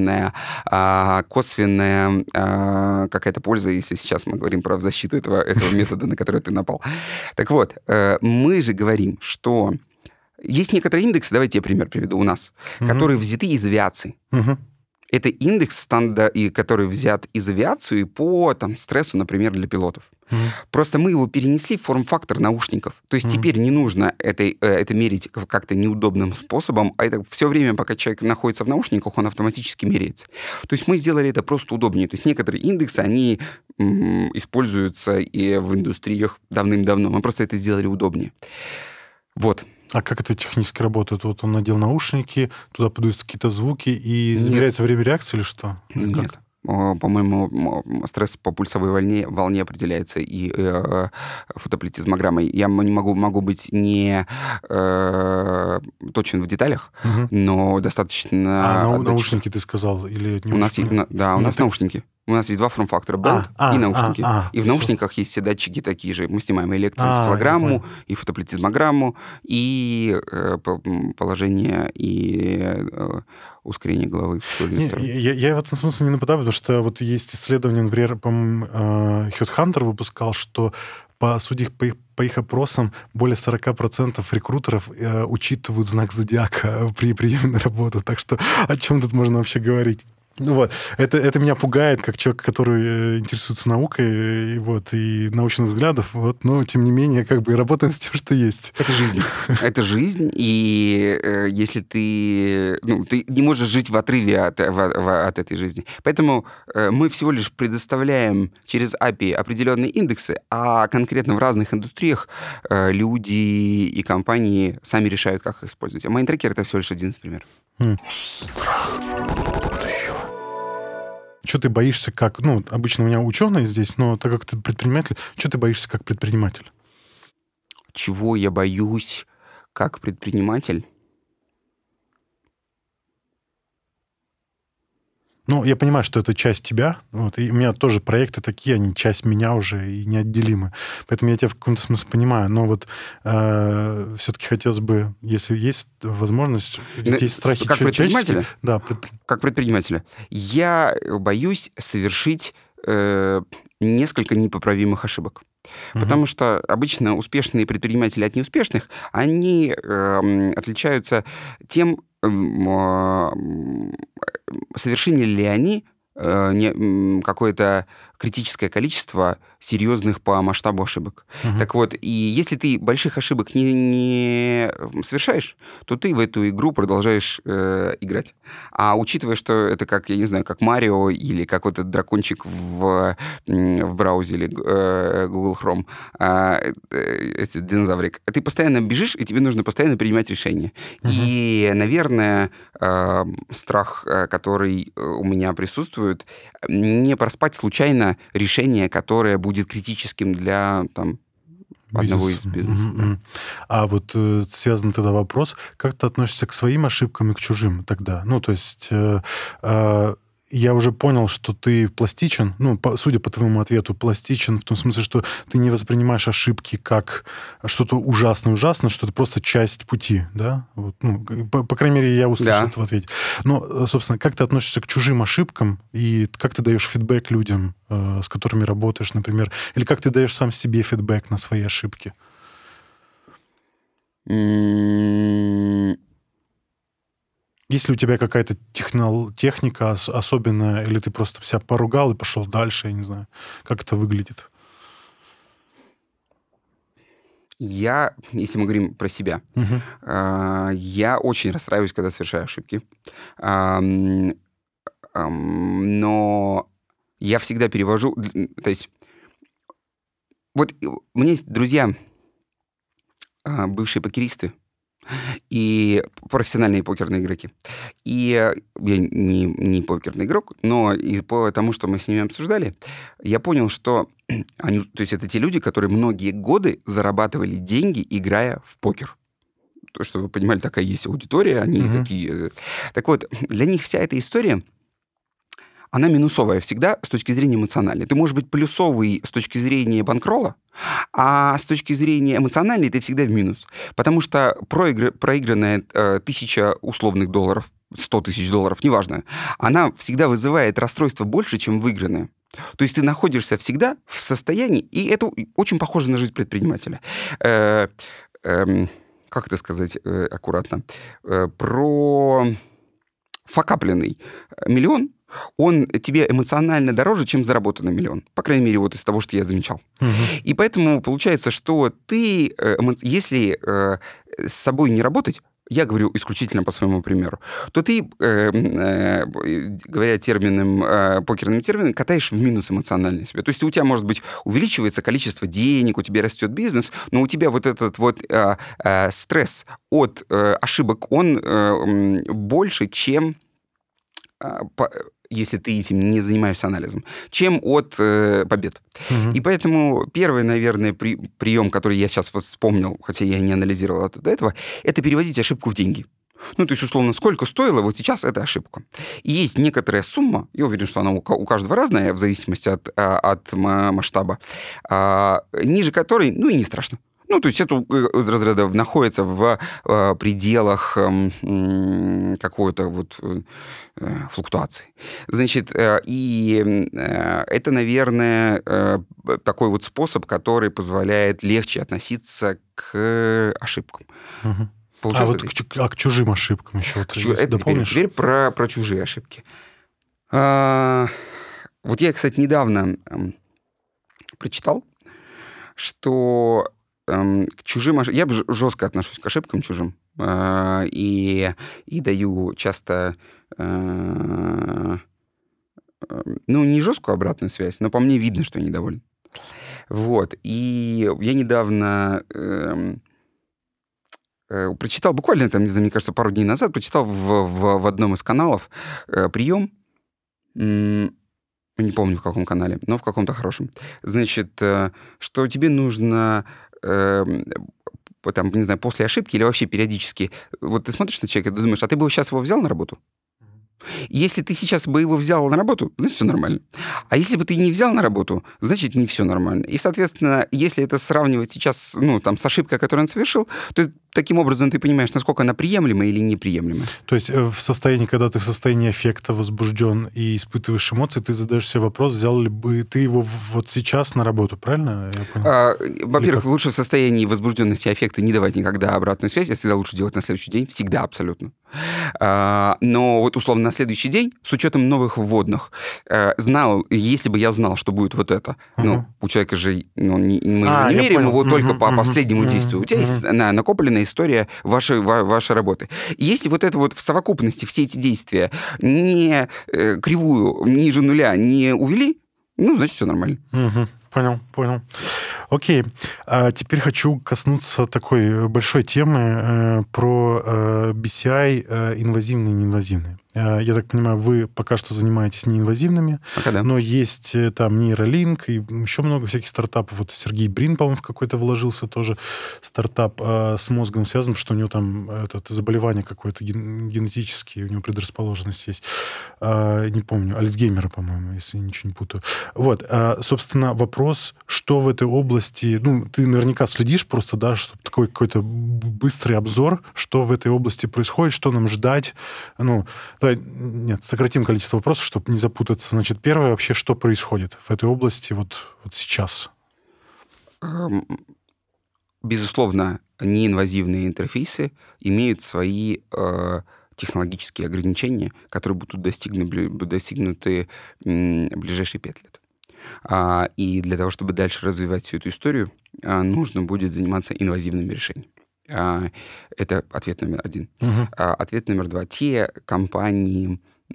Speaker 1: какая-то польза, если сейчас мы говорим про защиту этого метода, на который ты напал. Так вот, мы же говорим, что есть некоторые индексы, давайте я пример приведу у нас, которые взяты из авиации. Это индекс, который взят из авиации по стрессу, например, для пилотов. Просто мы его перенесли в форм-фактор наушников. То есть теперь не нужно это мерить как-то неудобным способом, а это все время, пока человек находится в наушниках, он автоматически меряется. То есть мы сделали это просто удобнее. То есть некоторые индексы, они используются и в индустриях давным-давно. Мы просто это сделали удобнее. Вот.
Speaker 2: А как это технически работает? Вот он надел наушники, туда подаются какие-то звуки, и измеряется время реакции или что?
Speaker 1: Нет. По-моему, стресс по пульсовой волне определяется и фотоплетизмограммой. Я могу быть не точен в деталях, но достаточно...
Speaker 2: Наушники ты сказал? Или не
Speaker 1: у нас наушники. У нас есть два форм-фактора, бенд и наушники. И в наушниках есть все датчики такие же. Мы снимаем электроэнцефалограмму, и фотоплетизмограмму, и положение, и ускорение головы в ту или иную сторону.
Speaker 2: Я в этом смысле не нападаю, потому что вот есть исследование, например, по-моему, HeadHunter выпускал, что судя по их опросам, более 40% рекрутеров учитывают знак зодиака при приеме на работу. Так что о чем тут можно вообще говорить? Ну вот, это меня пугает, как человек, который интересуется наукой и научных взглядов, но тем не менее, работаем с тем, что есть.
Speaker 1: Это жизнь. Это жизнь, и если ты не можешь жить в отрыве от этой жизни. Поэтому мы всего лишь предоставляем через API определенные индексы, а конкретно в разных индустриях люди и компании сами решают, как их использовать. А Mindtracker — это всего лишь один из примеров.
Speaker 2: Что ты боишься как... обычно у меня ученые здесь, но так как ты предприниматель, что ты боишься как предприниматель?
Speaker 1: Чего я боюсь как предприниматель?
Speaker 2: Я понимаю, что это часть тебя. И у меня тоже проекты такие, они часть меня уже и неотделимы. Поэтому я тебя в каком-то смысле понимаю. Но все-таки хотелось бы, если есть возможность, есть страхи
Speaker 1: как предпринимателя?
Speaker 2: Да.
Speaker 1: Как предпринимателя. Я боюсь совершить несколько непоправимых ошибок. Потому что обычно успешные предприниматели от неуспешных, они отличаются тем, совершили ли они какое-то критическое количество серьезных по масштабу ошибок. Так вот, и если ты больших ошибок не совершаешь, то ты в эту игру продолжаешь играть. А учитывая, что это как, я не знаю, как Марио или как вот этот дракончик в браузере Google Chrome, этот динозаврик, ты постоянно бежишь, и тебе нужно постоянно принимать решения. И, наверное, страх, который у меня присутствует, не проспать случайно решение, которое будет критическим для одного из бизнесов. Да.
Speaker 2: А связан тогда вопрос, как ты относишься к своим ошибкам и к чужим тогда? То есть я уже понял, что ты пластичен, судя по твоему ответу, пластичен в том смысле, что ты не воспринимаешь ошибки как что-то ужасное, что это просто часть пути, да? По крайней мере, я услышал это в ответе. Но, собственно, как ты относишься к чужим ошибкам и как ты даешь фидбэк людям, с которыми работаешь, например, или как ты даешь сам себе фидбэк на свои ошибки? Есть ли у тебя какая-то техника особенная, или ты просто себя поругал и пошел дальше, я не знаю, как это выглядит?
Speaker 1: Я, если мы говорим про себя, я очень расстраиваюсь, когда совершаю ошибки. Но я всегда перевожу... То есть у меня есть друзья, бывшие покеристы, и профессиональные покерные игроки. И я не покерный игрок, но и по тому, что мы с ними обсуждали, я понял, что то есть это те люди, которые многие годы зарабатывали деньги, играя в покер. То, что вы понимали, такая есть аудитория, они такие... Так вот, для них вся эта история, она минусовая всегда с точки зрения эмоциональной. Ты можешь быть плюсовый с точки зрения банкролла, а с точки зрения эмоциональной ты всегда в минус. Потому что проигранная 1000 условных долларов, 100 тысяч долларов, неважно, она всегда вызывает расстройство больше, чем выигранная. То есть ты находишься всегда в состоянии, и это очень похоже на жизнь предпринимателя. Как это сказать аккуратно? Про факапленный миллион он тебе эмоционально дороже, чем заработанный миллион. По крайней мере, вот из того, что я замечал. И поэтому получается, что ты, если с собой не работать, я говорю исключительно по своему примеру, то ты, говоря покерным термином, катаешь в минус эмоционально себя. То есть у тебя, может быть, увеличивается количество денег, у тебя растет бизнес, но у тебя вот этот вот стресс от ошибок, он больше, чем... если ты этим не занимаешься анализом, чем от побед. И поэтому первый, наверное, прием, который я сейчас вот вспомнил, хотя я не анализировал это до этого, это переводить ошибку в деньги. Ну, то есть, условно, сколько стоило вот сейчас эта ошибка. И есть некоторая сумма, я уверен, что она у каждого разная, в зависимости от масштаба, ниже которой, ну, и не страшно. Ну, то есть это из разряда находится в пределах какой-то вот флуктуации. Значит, и это, наверное, такой вот способ, который позволяет легче относиться к ошибкам.
Speaker 2: К чужим ошибкам еще?
Speaker 1: Это теперь про чужие ошибки. Вот я, кстати, недавно прочитал, что к чужим ошибкам... Я жестко отношусь к ошибкам чужим. И даю часто... не жесткую обратную связь, но по мне видно, что я недоволен. Вот. И я недавно прочитал, буквально, там, не знаю, мне кажется, пару дней назад, прочитал в одном из каналов прием, не помню, в каком канале, но в каком-то хорошем. Значит, что тебе нужно, не знаю, после ошибки или вообще периодически, вот ты смотришь на человека, ты думаешь, а ты бы сейчас его взял на работу? Если ты сейчас бы его взял на работу, значит, все нормально. А если бы ты не взял на работу, значит, не все нормально. И, соответственно, если это сравнивать сейчас, с ошибкой, которую он совершил, то таким образом ты понимаешь, насколько она приемлема или неприемлема.
Speaker 2: То есть в состоянии, когда ты в состоянии аффекта, возбужден и испытываешь эмоции, ты задаешь себе вопрос, взял ли бы ты его вот сейчас на работу, правильно? Я понял.
Speaker 1: Во-первых, лучше в состоянии возбужденности и аффекта не давать никогда обратную связь. Это всегда лучше делать на следующий день. Всегда, абсолютно. Но вот условно на следующий день, с учетом новых вводных, если бы я знал, что будет вот это, у человека же, мы не меряем его только по последнему действию. У тебя есть накопленная история вашей работы. И если вот это вот в совокупности все эти действия не кривую ниже нуля не увели, значит, все нормально.
Speaker 2: Понял. Окей. А теперь хочу коснуться такой большой темы про BCI, инвазивные и неинвазивные. Я так понимаю, вы пока что занимаетесь неинвазивными,
Speaker 1: да.
Speaker 2: Но есть там нейролинк и еще много всяких стартапов. Вот Сергей Брин, по-моему, в какой-то вложился тоже стартап с мозгом связан, что у него там заболевание какое-то генетическое, у него предрасположенность есть. Не помню, Альцгеймера, по-моему, если я ничего не путаю. Вот, собственно, вопрос, что в этой области... ты наверняка следишь просто, да, чтобы такой какой-то быстрый обзор, что в этой области происходит, что нам ждать. Сократим количество вопросов, чтобы не запутаться. Значит, первое вообще, что происходит в этой области вот сейчас?
Speaker 1: Безусловно, неинвазивные интерфейсы имеют свои технологические ограничения, которые будут достигнуты в ближайшие 5 лет. И для того, чтобы дальше развивать всю эту историю, нужно будет заниматься инвазивными решениями. Это ответ номер 1. Ответ номер 2. Те компании,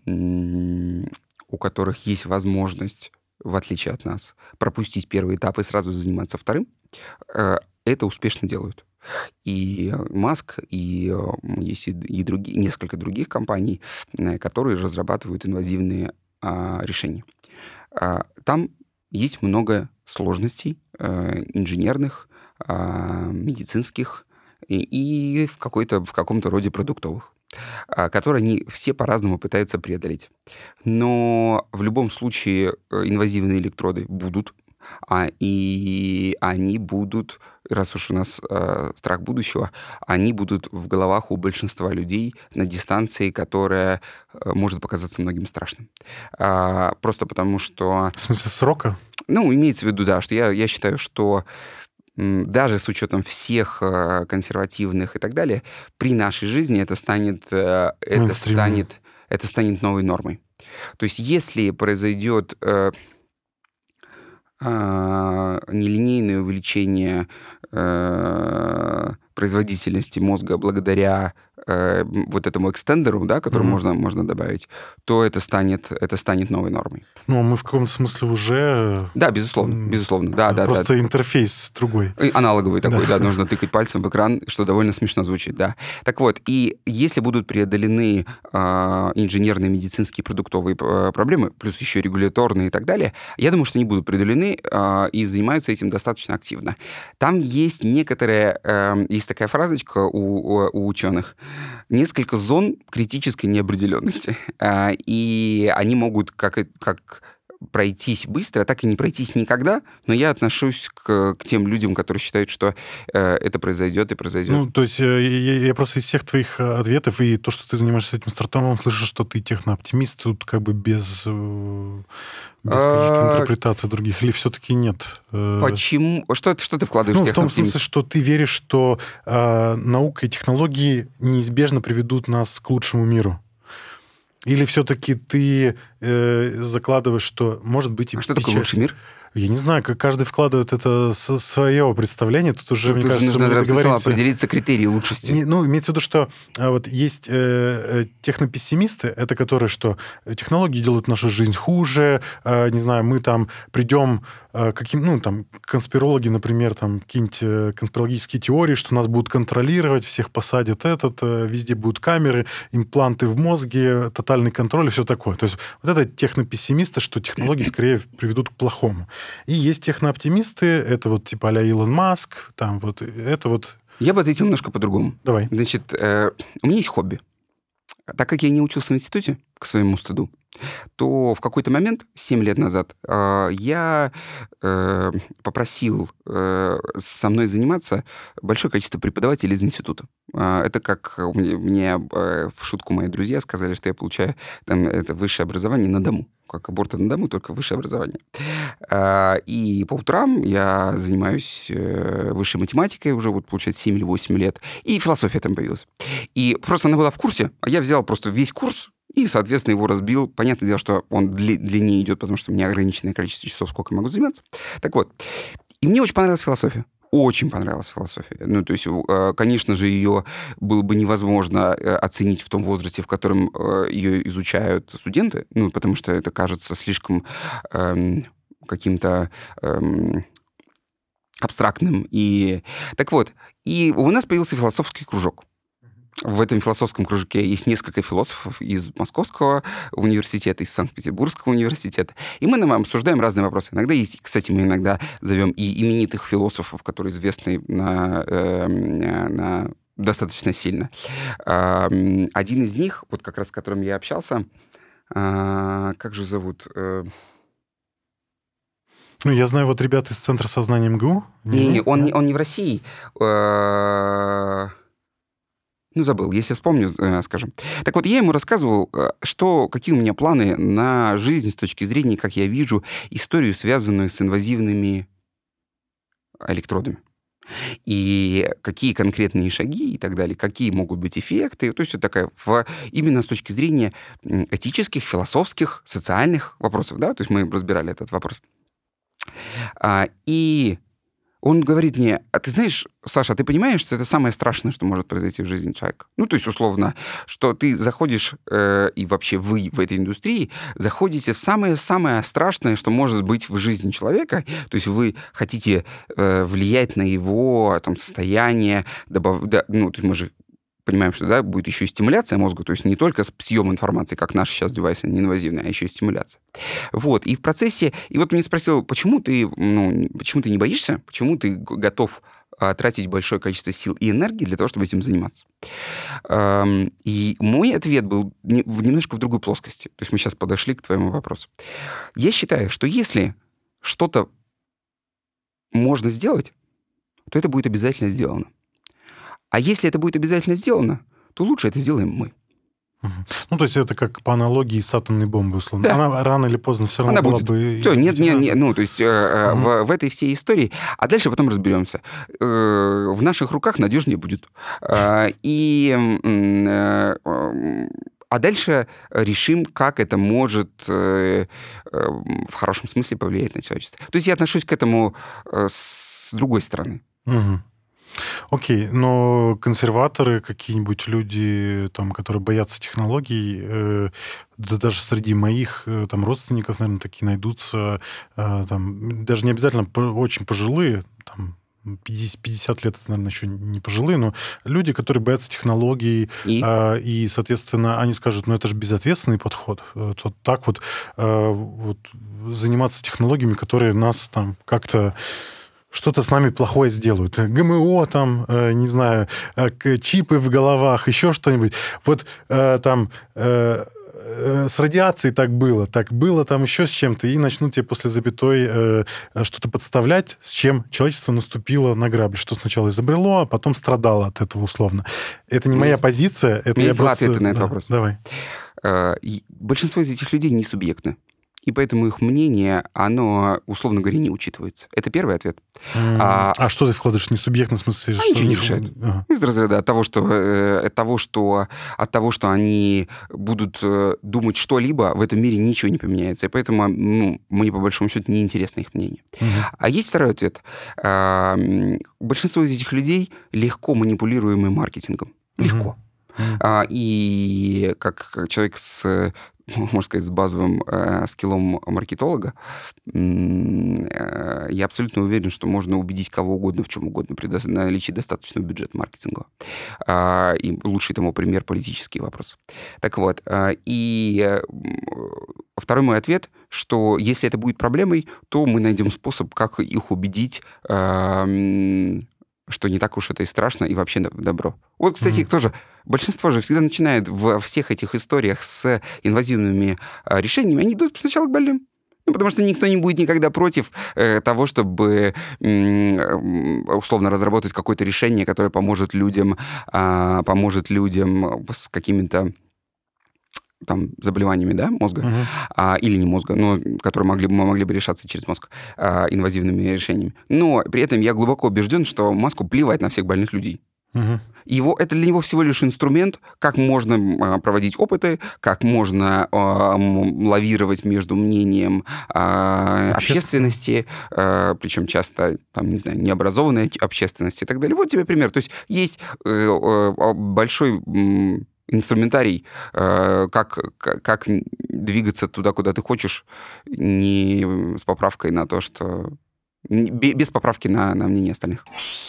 Speaker 1: у которых есть возможность, в отличие от нас, пропустить первый этап и сразу заниматься вторым, это успешно делают. И Маск, и есть несколько других компаний, которые разрабатывают инвазивные решения. Там есть много сложностей инженерных, медицинских, и в каком-то роде продуктовых, которые они все по-разному пытаются преодолеть. Но в любом случае инвазивные электроды будут, и они будут, раз уж у нас страх будущего, они будут в головах у большинства людей на дистанции, которая может показаться многим страшным. Просто потому что...
Speaker 2: В смысле срока?
Speaker 1: Имеется в виду, да, что я считаю, что даже с учетом всех консервативных и так далее, при нашей жизни это станет новой нормой. То есть если произойдет нелинейное увеличение производительности мозга благодаря вот этому экстендеру, да, который можно добавить, то это станет новой нормой.
Speaker 2: Ну, мы в каком-то смысле уже...
Speaker 1: Да, безусловно. Да,
Speaker 2: просто интерфейс другой.
Speaker 1: Аналоговый такой, да, нужно тыкать пальцем в экран, что довольно смешно звучит, да. Так вот, и если будут преодолены инженерные, медицинские, продуктовые проблемы, плюс еще регуляторные и так далее, я думаю, что они будут преодолены и занимаются этим достаточно активно. Там есть есть такая фразочка у ученых, несколько зон критической неопределенности. И они могут как пройтись быстро, так и не пройтись никогда, но я отношусь к тем людям, которые считают, что это произойдет и произойдет.
Speaker 2: Ну, то есть я просто из всех твоих ответов и то, что ты занимаешься этим стартапом, слышу, что ты технооптимист, тут как бы без каких-то интерпретаций других, или все-таки нет?
Speaker 1: Почему? Что ты вкладываешь в технооптимизм?
Speaker 2: В том смысле, что ты веришь, что наука и технологии неизбежно приведут нас к лучшему миру? Или все-таки ты закладываешь, что может быть...
Speaker 1: А что такое лучший мир?
Speaker 2: Я не знаю, как каждый вкладывает это свое представление. Тут уже, мне кажется,
Speaker 1: нужно сначала определиться критерии лучшести.
Speaker 2: Имеется в виду, что вот есть технопессимисты, это которые, что технологии делают нашу жизнь хуже, не знаю, мы там придем конспирологи, например, там какие-нибудь конспирологические теории, что нас будут контролировать, всех посадят везде будут камеры, импланты в мозге, тотальный контроль и все такое. То есть вот это технопессимисты, что технологии скорее приведут к плохому. И есть технооптимисты, это вот типа а-ля Илон Маск, там вот это вот...
Speaker 1: Я бы ответил немножко по-другому.
Speaker 2: Давай.
Speaker 1: Значит, у меня есть хобби. Так как я не учился в институте, к своему стыду, то в какой-то момент, 7 лет назад, я попросил со мной заниматься большое количество преподавателей из института. Это как мне в шутку мои друзья сказали, что я получаю это высшее образование на дому. Как аборты на дому, только высшее образование. И по утрам я занимаюсь высшей математикой уже, получается, 7 или 8 лет. И философия там появилась. И просто она была в курсе, а я взял просто весь курс и, соответственно, его разбил. Понятное дело, что он длиннее идет, потому что у меня ограниченное количество часов, сколько я могу заниматься. Так вот. И мне очень понравилась философия. Очень понравилась философия. Ну, то есть, конечно же, ее было бы невозможно оценить в том возрасте, в котором ее изучают студенты, потому что это кажется слишком каким-то абстрактным. Так вот, и у нас появился философский кружок. В этом философском кружке есть несколько философов из Московского университета, из Санкт-Петербургского университета. И мы обсуждаем разные вопросы. Иногда есть, кстати, мы иногда зовем и именитых философов, которые известны достаточно сильно. Один из них, вот как раз с которым я общался, как же зовут?
Speaker 2: Я знаю вот ребят из Центра сознания МГУ.
Speaker 1: Не, он не в России. Забыл. Если вспомню, скажем. Так вот, я ему рассказывал, какие у меня планы на жизнь с точки зрения, как я вижу, историю, связанную с инвазивными электродами. И какие конкретные шаги и так далее, какие могут быть эффекты. То есть это такая именно с точки зрения этических, философских, социальных вопросов. Да? То есть мы разбирали этот вопрос. И он говорит мне, а ты знаешь, Саша, ты понимаешь, что это самое страшное, что может произойти в жизни человека? То есть, условно, что ты заходишь, и вообще вы в этой индустрии заходите в самое-самое страшное, что может быть в жизни человека. То есть вы хотите влиять на его состояние, то есть мы же понимаем, что будет еще и стимуляция мозга, то есть не только съем информации, как наши сейчас девайсы неинвазивные, а еще и стимуляция. Вот. И в процессе... И вот мне спросил, почему ты не боишься? Почему ты готов тратить большое количество сил и энергии для того, чтобы этим заниматься? И мой ответ был немножко в другой плоскости. То есть мы сейчас подошли к твоему вопросу. Я считаю, что если что-то можно сделать, то это будет обязательно сделано. А если это будет обязательно сделано, то лучше это сделаем мы.
Speaker 2: То есть это как по аналогии с атомной бомбой, условно. Да. Она рано или поздно все равно была бы...
Speaker 1: Все, нет. То есть в этой всей истории... А дальше потом разберемся. В наших руках надежнее будет. А дальше решим, как это может в хорошем смысле повлиять на человечество. То есть я отношусь к этому с другой стороны.
Speaker 2: Мгм. Окей, но консерваторы, какие-нибудь люди, там, которые боятся технологий, да даже среди моих там родственников, наверное, такие найдутся, там, даже не обязательно очень пожилые, там, 50 лет, это, наверное, еще не пожилые, но люди, которые боятся технологий,
Speaker 1: И
Speaker 2: и, соответственно, они скажут, ну, это же безответственный подход. Вот так вот, вот заниматься технологиями, которые нас там как-то что-то с нами плохое сделают. ГМО там, не знаю, чипы в головах, еще что-нибудь. Вот там с радиацией так было там еще с чем-то, и начнут тебе после запятой что-то подставлять, с чем человечество наступило на грабли, что сначала изобрело, а потом страдало от этого условно. Это не моя позиция, это я
Speaker 1: есть два
Speaker 2: просто...
Speaker 1: ответа на этот вопрос.
Speaker 2: Давай.
Speaker 1: Большинство из этих людей не субъектны. И поэтому их мнение, оно, условно говоря, не учитывается. Это первый ответ.
Speaker 2: А что ты вкладываешь? Не субъектно, в смысле? Что
Speaker 1: Ничего не решает.
Speaker 2: Ага.
Speaker 1: Из разряда от того, что они будут думать что-либо, в этом мире ничего не поменяется. И поэтому мне, по большому счету, неинтересно их мнение. А есть второй ответ. Большинство из этих людей легко манипулируемы маркетингом. Легко. И как человек с, можно сказать, с базовым скиллом маркетолога, я абсолютно уверен, что можно убедить кого угодно в чем угодно при наличии достаточного бюджета маркетингового. И лучший тому пример — политический вопрос. Так вот, и второй мой ответ, что если это будет проблемой, то мы найдем способ, как их убедить, что не так уж это и страшно, и вообще добро. Вот, кстати, тоже большинство же всегда начинает во всех этих историях с инвазивными решениями, они идут сначала к больным. Потому что никто не будет никогда против того, чтобы условно разработать какое-то решение, которое поможет людям с какими-то там заболеваниями, да, мозга, или не мозга, но которые могли бы решаться через мозг инвазивными решениями. Но при этом я глубоко убежден, что Маску плевать на всех больных людей. Это для него всего лишь инструмент, как можно проводить опыты, как можно лавировать между мнением общественности, причем часто, там, не знаю, необразованной общественности и так далее. Вот тебе пример. То есть есть большой инструментарий, как двигаться туда, куда ты хочешь, не с поправкой на то, что... без поправки на мнение остальных.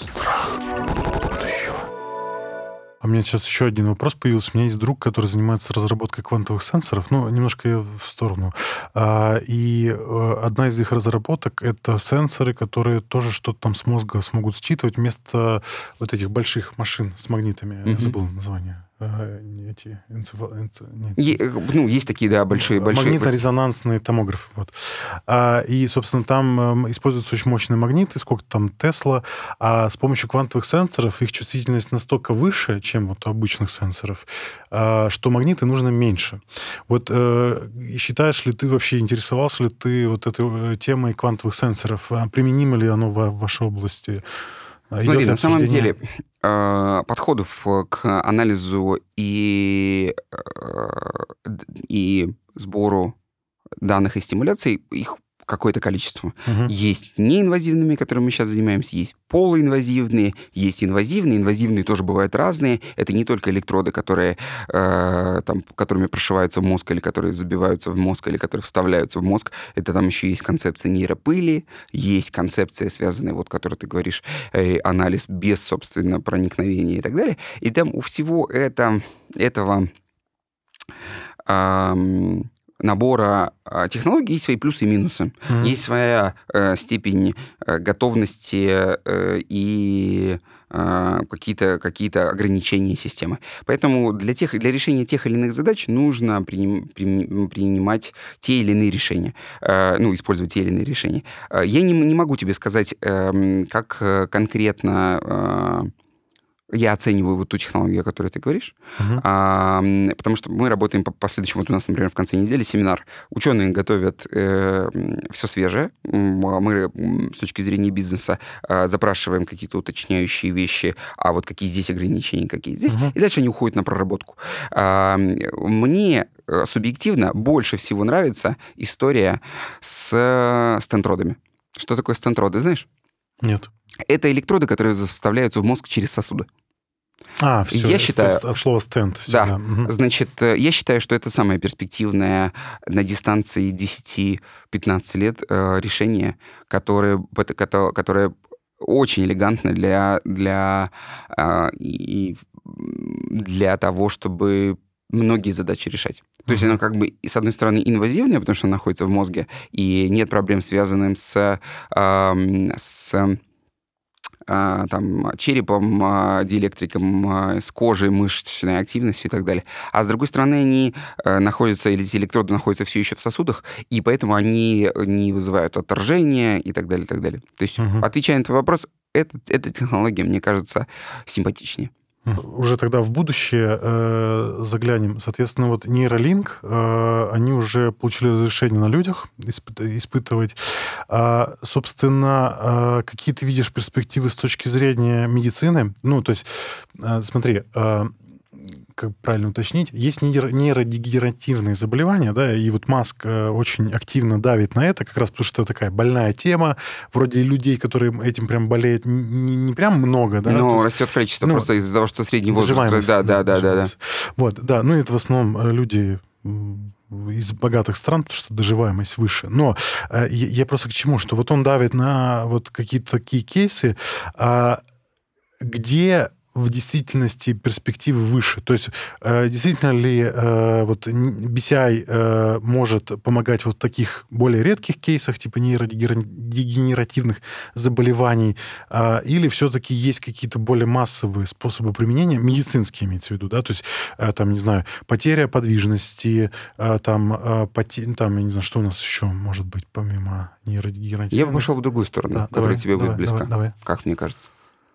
Speaker 2: А у меня сейчас еще один вопрос появился. У меня есть друг, который занимается разработкой квантовых сенсоров, немножко в сторону. И одна из их разработок — это сенсоры, которые тоже что-то там с мозга смогут считывать вместо вот этих больших машин с магнитами. Я забыл название.
Speaker 1: Есть такие, да, большие...
Speaker 2: Магнитно-резонансные томографы. Вот. И, собственно, там используются очень мощные магниты, сколько там Тесла, а с помощью квантовых сенсоров их чувствительность настолько выше, чем вот у обычных сенсоров, что магниты нужно меньше. Вот считаешь ли ты вообще, интересовался ли ты вот этой темой квантовых сенсоров? Применимо ли оно в вашей области?
Speaker 1: Смотри, на самом деле подходов к анализу и сбору данных и стимуляций, их какое-то количество. Есть неинвазивными, которыми мы сейчас занимаемся, есть полуинвазивные, есть инвазивные. Инвазивные тоже бывают разные. Это не только электроды, которыми прошиваются в мозг, или которые забиваются в мозг, или которые вставляются в мозг. Это там еще есть концепция нейропыли, есть концепция, связанная, вот, которую ты говоришь, анализ без, собственно, проникновения и так далее. И там у всего этого набора технологий есть свои плюсы и минусы. Есть своя степень готовности и какие-то ограничения системы. Поэтому для решения тех или иных задач нужно принимать те или иные решения, использовать те или иные решения. Я не могу тебе сказать, как конкретно Я оцениваю вот ту технологию, о которой ты говоришь, потому что мы работаем по следующему. Вот у нас, например, в конце недели семинар. Ученые готовят все свежее. Мы с точки зрения бизнеса запрашиваем какие-то уточняющие вещи, а вот какие здесь ограничения, какие здесь. И дальше они уходят на проработку. Мне субъективно больше всего нравится история с стентродами. Что такое стентроды, знаешь?
Speaker 2: Нет.
Speaker 1: Это электроды, которые вставляются в мозг через сосуды.
Speaker 2: Все,
Speaker 1: я считаю,
Speaker 2: от слова стенд.
Speaker 1: Да, значит, я считаю, что это самое перспективное на дистанции 10-15 лет решение, которое очень элегантно для того, чтобы многие задачи решать. То есть оно как бы, с одной стороны, инвазивное, потому что оно находится в мозге, и нет проблем, связанных с черепом, диэлектриком, с кожей, мышечной активностью и так далее. А с другой стороны, они находятся, или эти электроды находятся все еще в сосудах, и поэтому они не вызывают отторжения и так далее, и так далее. То есть, отвечая на твой вопрос, эта технология, мне кажется, симпатичнее.
Speaker 2: Уже тогда в будущее заглянем. Соответственно, вот нейролинк, они уже получили разрешение на людях испытывать. Собственно, какие ты видишь перспективы с точки зрения медицины? Ну, то есть, смотри, как правильно уточнить, есть нейродегенеративные заболевания, да, и вот Маск очень активно давит на это, как раз потому что это такая больная тема, вроде людей, которые этим прям болеют, не прям много, да.
Speaker 1: Но растет количество просто из-за того, что средний возраст. Да.
Speaker 2: Вот, да, ну это в основном люди из богатых стран, потому что доживаемость выше. Но я просто к чему, что вот он давит на вот какие-то такие кейсы, где в действительности перспективы выше. То есть действительно ли вот BCI может помогать вот в таких более редких кейсах, типа нейродегенеративных заболеваний, или все-таки есть какие-то более массовые способы применения, медицинские имеется в виду, да, то есть там, не знаю, потеря подвижности, там, я не знаю, что у нас еще может быть помимо нейродегенеративных.
Speaker 1: Я бы пошел в другую сторону, да, которая тебе будет близка,
Speaker 2: давай.
Speaker 1: как мне кажется.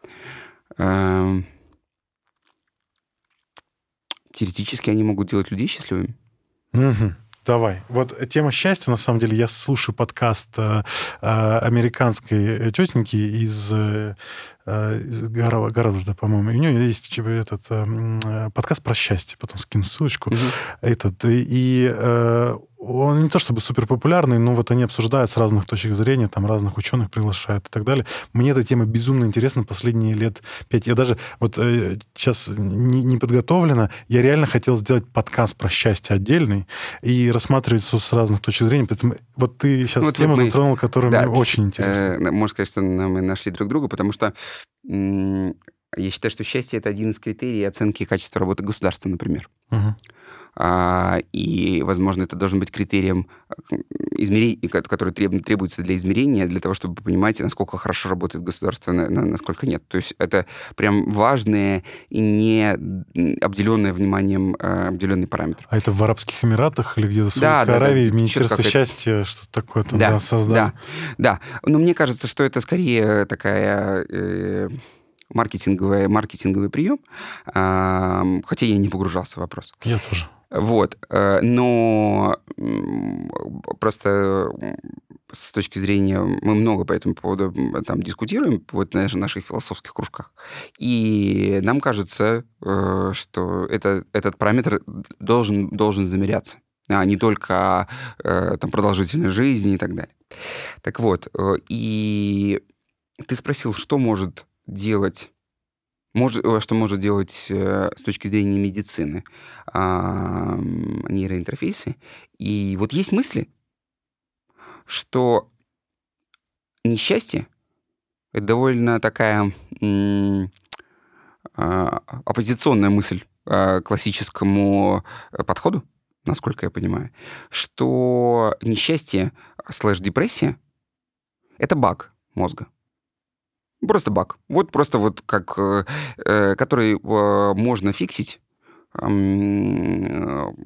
Speaker 1: Теоретически они могут делать людей счастливыми.
Speaker 2: Давай. Вот тема счастья, на самом деле, я слушаю подкаст американской тетеньки из Гарварда, по-моему. И у нее есть этот подкаст про счастье. Потом скину ссылочку. Он не то чтобы супер популярный, но вот они обсуждают с разных точек зрения, там разных ученых приглашают и так далее. Мне эта тема безумно интересна последние лет 5. Я даже вот сейчас не подготовлена. Я реально хотел сделать подкаст про счастье отдельный и рассматривать с разных точек зрения. Поэтому вот ты сейчас тему затронул, которая мне очень интересна.
Speaker 1: Можно сказать, что мы нашли друг друга, потому что я считаю, что счастье — это один из критерий оценки качества работы государства, например. И, возможно, это должен быть критерием, который требуется для измерения, для того, чтобы понимать, насколько хорошо работает государство, насколько нет. То есть это прям важные и не обделенные вниманием обделенный параметр.
Speaker 2: А это в Арабских Эмиратах или где-то в Саудовской Аравии Министерство счастья, что такое там создали?
Speaker 1: Да. Но мне кажется, что это скорее такая... маркетинговый прием, хотя я не погружался в вопрос.
Speaker 2: Я тоже.
Speaker 1: Вот. Но просто с точки зрения... Мы много по этому поводу там дискутируем вот на наших философских кружках. И нам кажется, что этот параметр должен замеряться, а не только там, продолжительность жизни и так далее. Так вот, и ты спросил, что может делать... что может делать с точки зрения медицины нейроинтерфейсы. И вот есть мысли, что несчастье — это довольно такая оппозиционная мысль классическому подходу, насколько я понимаю, что несчастье /депрессия — это баг мозга. Просто баг. Вот просто вот как... который можно фиксить,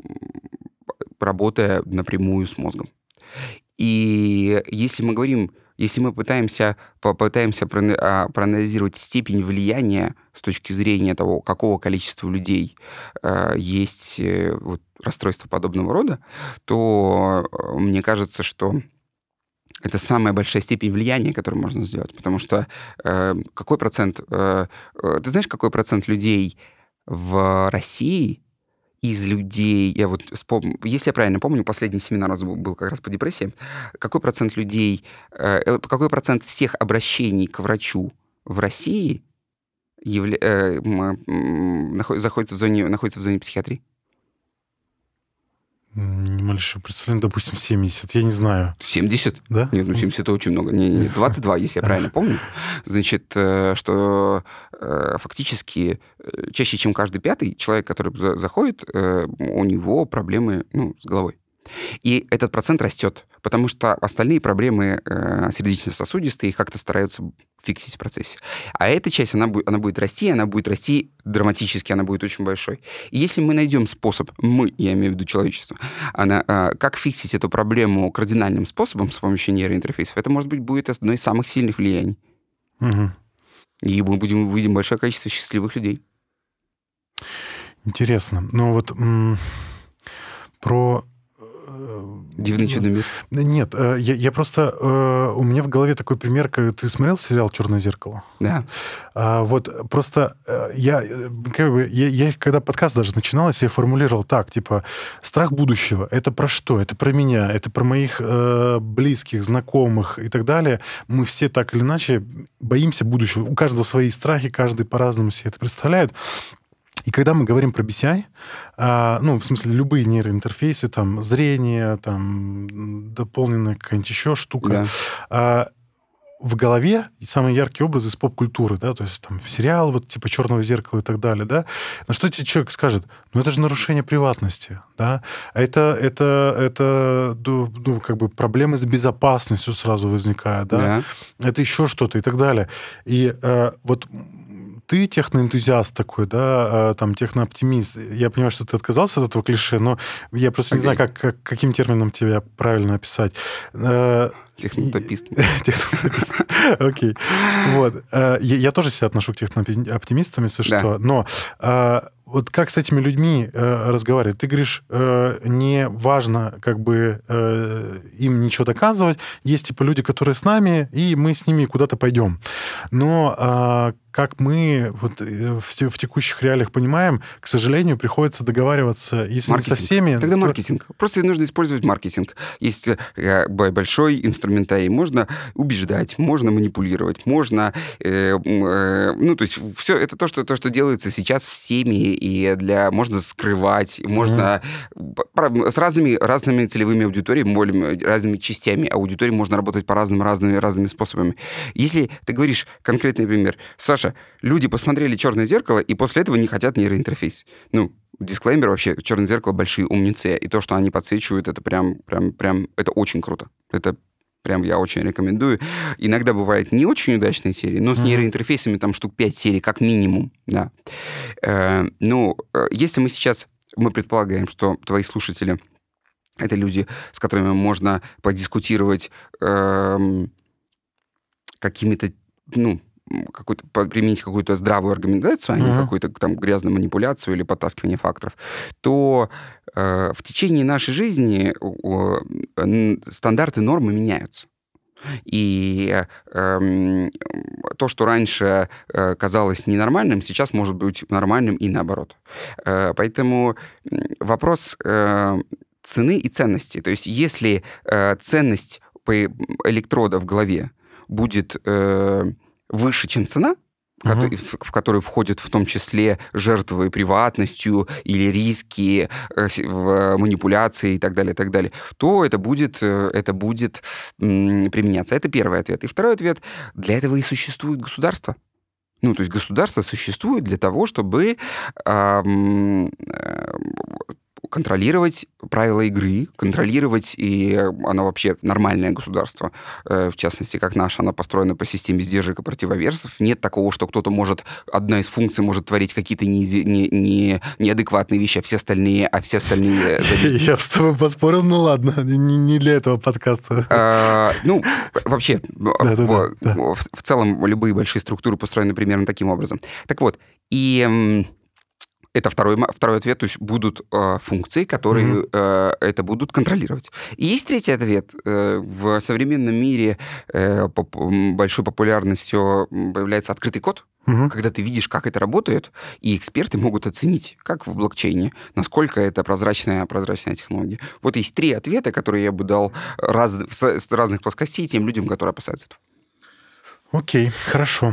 Speaker 1: работая напрямую с мозгом. И если мы говорим, Если мы попытаемся проанализировать степень влияния с точки зрения того, какого количества людей есть вот, расстройства подобного рода, то мне кажется, что это самая большая степень влияния, которую можно сделать. Потому что какой процент... ты знаешь, какой процент людей в России из людей... если я правильно помню, последний семинар у нас был как раз по депрессии. Какой процент людей... какой процент всех обращений к врачу в России находится в зоне психиатрии?
Speaker 2: Не малейшее представление, допустим, 70, я не знаю.
Speaker 1: 70?
Speaker 2: Да?
Speaker 1: Нет, 70 это очень много. Не, 22, если я правильно помню. Значит, что фактически чаще, чем каждый пятый человек, который заходит, у него проблемы с головой. И этот процент растет, потому что остальные проблемы сердечно-сосудистые их как-то стараются фиксить в процессе. А эта часть, она будет расти драматически, она будет очень большой. И если мы найдем способ, я имею в виду человечество, как фиксить эту проблему кардинальным способом с помощью нейроинтерфейсов, это, может быть, будет одно из самых сильных влияний.
Speaker 2: Угу.
Speaker 1: И мы увидим большое количество счастливых людей.
Speaker 2: Интересно. Ну вот про...
Speaker 1: «Дивный чудный мир».
Speaker 2: Нет, я просто... У меня в голове такой пример, как ты смотрел сериал «Черное зеркало»?
Speaker 1: Да.
Speaker 2: Вот просто я когда подкаст даже начинал, я формулировал так, типа, страх будущего — это про что? Это про меня, это про моих близких, знакомых и так далее. Мы все так или иначе боимся будущего. У каждого свои страхи, каждый по-разному себе это представляет. И когда мы говорим про BCI, в смысле любые нейроинтерфейсы, там, зрение, там, дополненная какая-нибудь еще штука, в голове самые яркие образы из поп-культуры, да, то есть там сериал вот типа «Черного зеркала» и так далее, да. На что тебе человек скажет? Это же нарушение приватности, да. Это как бы проблемы с безопасностью сразу возникают, да. Это еще что-то и так далее. И вот ты техноэнтузиаст такой, да, там, технооптимист. Я понимаю, что ты отказался от этого клише, но я просто не знаю, каким термином тебя правильно описать.
Speaker 1: Технотопист.
Speaker 2: Технотопист. Окей. Вот. Я тоже себя отношу к технооптимистам, если что. Но вот как с этими людьми разговаривать? Ты говоришь, не важно как бы им ничего доказывать. Есть типа люди, которые с нами, и мы с ними куда-то пойдем. Но как мы вот в текущих реалиях понимаем, к сожалению, приходится договариваться, если не со всеми...
Speaker 1: Тогда маркетинг. Просто нужно использовать маркетинг. Есть большой инструментарий. Можно убеждать, можно манипулировать, можно... то есть все это то, что делается сейчас всеми, и можно скрывать, можно с разными целевыми аудиториями, разными частями аудитории можно работать по-разному, разными способами. Если ты говоришь конкретный пример, Саша, люди посмотрели «Черное зеркало» и после этого не хотят нейроинтерфейс. Дисклеймер вообще, «Черное зеркало» большие умницы, и то, что они подсвечивают, это прям это очень круто. Это прям я очень рекомендую. Иногда бывают не очень удачные серии, но с нейроинтерфейсами там штук 5 серий как минимум, да. Если мы предполагаем, что твои слушатели — это люди, с которыми можно подискутировать какими-то, применить какую-то здравую аргументацию, а не какую-то там грязную манипуляцию или подтаскивание факторов, то в течение нашей жизни стандарты, нормы меняются. И то, что раньше казалось ненормальным, сейчас может быть нормальным и наоборот. Поэтому вопрос цены и ценности. То есть если ценность электрода в голове будет выше, чем цена, в которую входят в том числе жертвы приватностью или риски, манипуляции и так далее, то это будет применяться. Это первый ответ. И второй ответ. Для этого и существует государство. То есть государство существует для того, чтобы контролировать правила игры, контролировать, и оно вообще нормальное государство, в частности, как наше, оно построено по системе сдержек и противовесов. Нет такого, что кто-то может, одна из функций может творить какие-то неадекватные вещи, а все остальные
Speaker 2: Я с тобой поспорил, ну ладно, не для этого подкаста.
Speaker 1: Ну, вообще, в целом, любые большие структуры построены примерно таким образом. Так вот, и это второй ответ, то есть будут функции, которые это будут контролировать. И есть третий ответ. В современном мире большой популярностью появляется открытый код, когда ты видишь, как это работает, и эксперты могут оценить, как в блокчейне, насколько это прозрачная технология. Вот есть 3 ответа, которые я бы дал с разных плоскостей тем людям, которые опасаются этого.
Speaker 2: Окей, хорошо.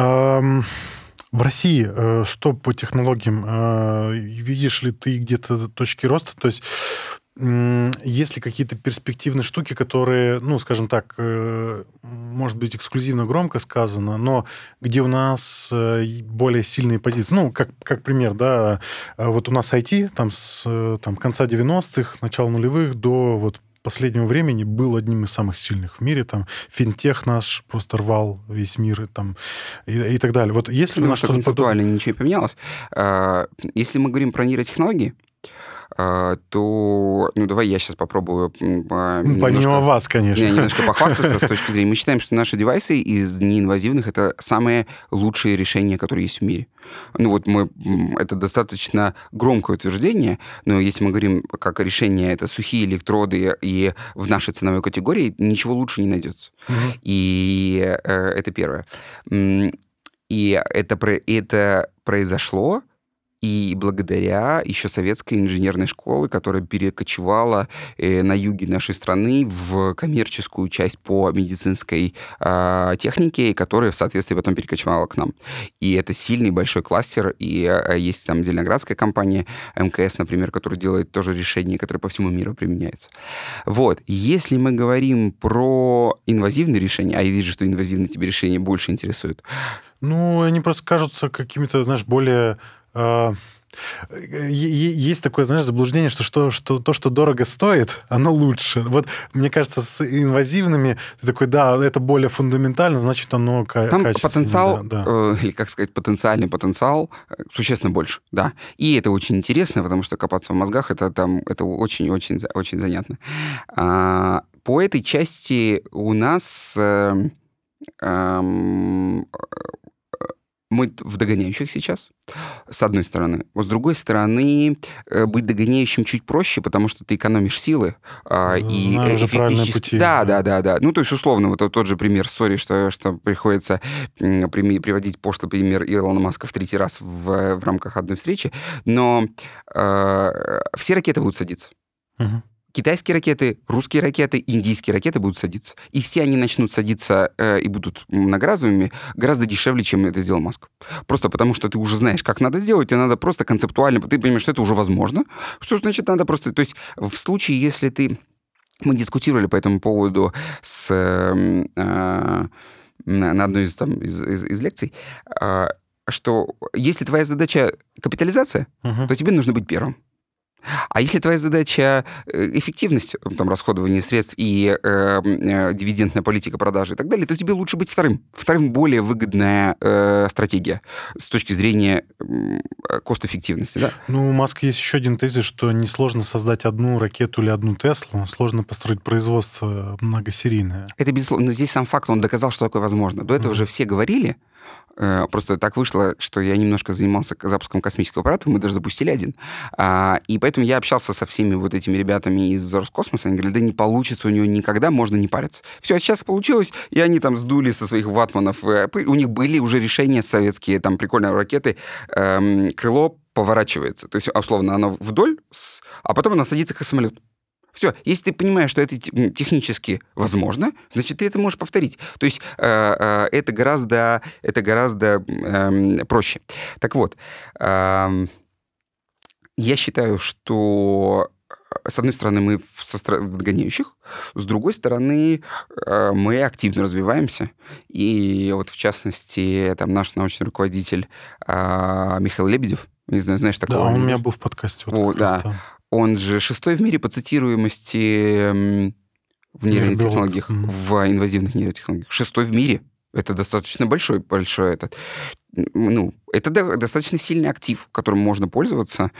Speaker 2: В России что по технологиям? Видишь ли ты где-то точки роста? То есть есть ли какие-то перспективные штуки, которые, ну, скажем так, может быть, эксклюзивно громко сказано, но где у нас более сильные позиции? Ну, как пример, да, вот у нас IT там с конца 90-х, начала нулевых до вот последнего времени был одним из самых сильных в мире. Там финтех наш просто рвал весь мир и так далее. Вот если у нас что-то
Speaker 1: концептуально ничего не поменялось. Если мы говорим про нейротехнологии, то, ну, давай я сейчас попробую
Speaker 2: помимо вас, конечно.
Speaker 1: Немножко похвастаться с точки зрения. Мы считаем, что наши девайсы из неинвазивных — это самые лучшие решения, которые есть в мире. Ну, вот это достаточно громкое утверждение, но если мы говорим, как решение, это сухие электроды, и в нашей ценовой категории ничего лучше не найдется. И это первое. И это произошло и благодаря еще советской инженерной школы, которая перекочевала на юге нашей страны в коммерческую часть по медицинской технике, которая в соответствии потом перекочевала к нам. И это сильный большой кластер, и есть там зеленоградская компания МКС, например, которая делает тоже решения, которые по всему миру применяются. Вот. Если мы говорим про инвазивные решения, а я вижу, что инвазивные тебе решения больше интересуют.
Speaker 2: Ну, они просто кажутся какими-то, знаешь, более... Есть такое, знаешь, заблуждение, что то, что дорого стоит, оно лучше. Вот, мне кажется, с инвазивными ты такой, да, это более фундаментально, значит, оно качественное.
Speaker 1: Там потенциал, или, как сказать, потенциальный потенциал существенно больше, да. И это очень интересно, потому что копаться в мозгах, это очень занятно. По этой части у нас... Мы в догоняющих сейчас, с одной стороны. Вот с другой стороны, быть догоняющим чуть проще, потому что ты экономишь силы. И
Speaker 2: эффективности.
Speaker 1: Да. Ну, то есть, условно, вот тот же пример, что приходится приводить пошлый пример Илона Маска в 3-й раз в рамках одной встречи, но все ракеты будут садиться. Китайские ракеты, русские ракеты, индийские ракеты будут садиться. И все они начнут садиться и будут многоразовыми гораздо дешевле, чем это сделал Маск. Просто потому, что ты уже знаешь, как надо сделать, тебе надо просто концептуально... Ты понимаешь, что это уже возможно. Что значит надо просто... То есть в случае, если мы дискутировали по этому поводу на одной из лекций, что если твоя задача капитализация, то тебе нужно быть первым. А если твоя задача эффективность, там, расходование средств и дивидендная политика продажи и так далее, то тебе лучше быть вторым. Вторым более выгодная стратегия с точки зрения кост-эффективности. Да?
Speaker 2: Ну, у Маска есть еще один тезис, что несложно создать одну ракету или одну Теслу, сложно построить производство многосерийное.
Speaker 1: Это безусловно. Но здесь сам факт, он доказал, что такое возможно. До этого же все говорили. Просто так вышло, что я немножко занимался запуском космического аппарата, мы даже запустили один. И поэтому я общался со всеми вот этими ребятами из Роскосмоса, они говорили, да не получится у него никогда, можно не париться. Все, а сейчас получилось, и они там сдули со своих ватманов. У них были уже решения советские, там прикольные ракеты, крыло поворачивается. То есть, условно, оно вдоль, а потом оно садится как самолет. Все, если ты понимаешь, что это технически возможно, значит, ты это можешь повторить. То есть это гораздо проще. Так вот, я считаю, что с одной стороны мы в догоняющих, с другой стороны мы активно развиваемся. И вот в частности там наш научный руководитель Михаил Лебедев, не знаю, знаешь такого?
Speaker 2: Да, он у меня был в подкасте.
Speaker 1: Да. Он же 6-й в мире по цитируемости в нейротехнологиях, в инвазивных нейротехнологиях. 6-й в мире. Это достаточно большой этот. Ну, это достаточно сильный актив, которым можно пользоваться,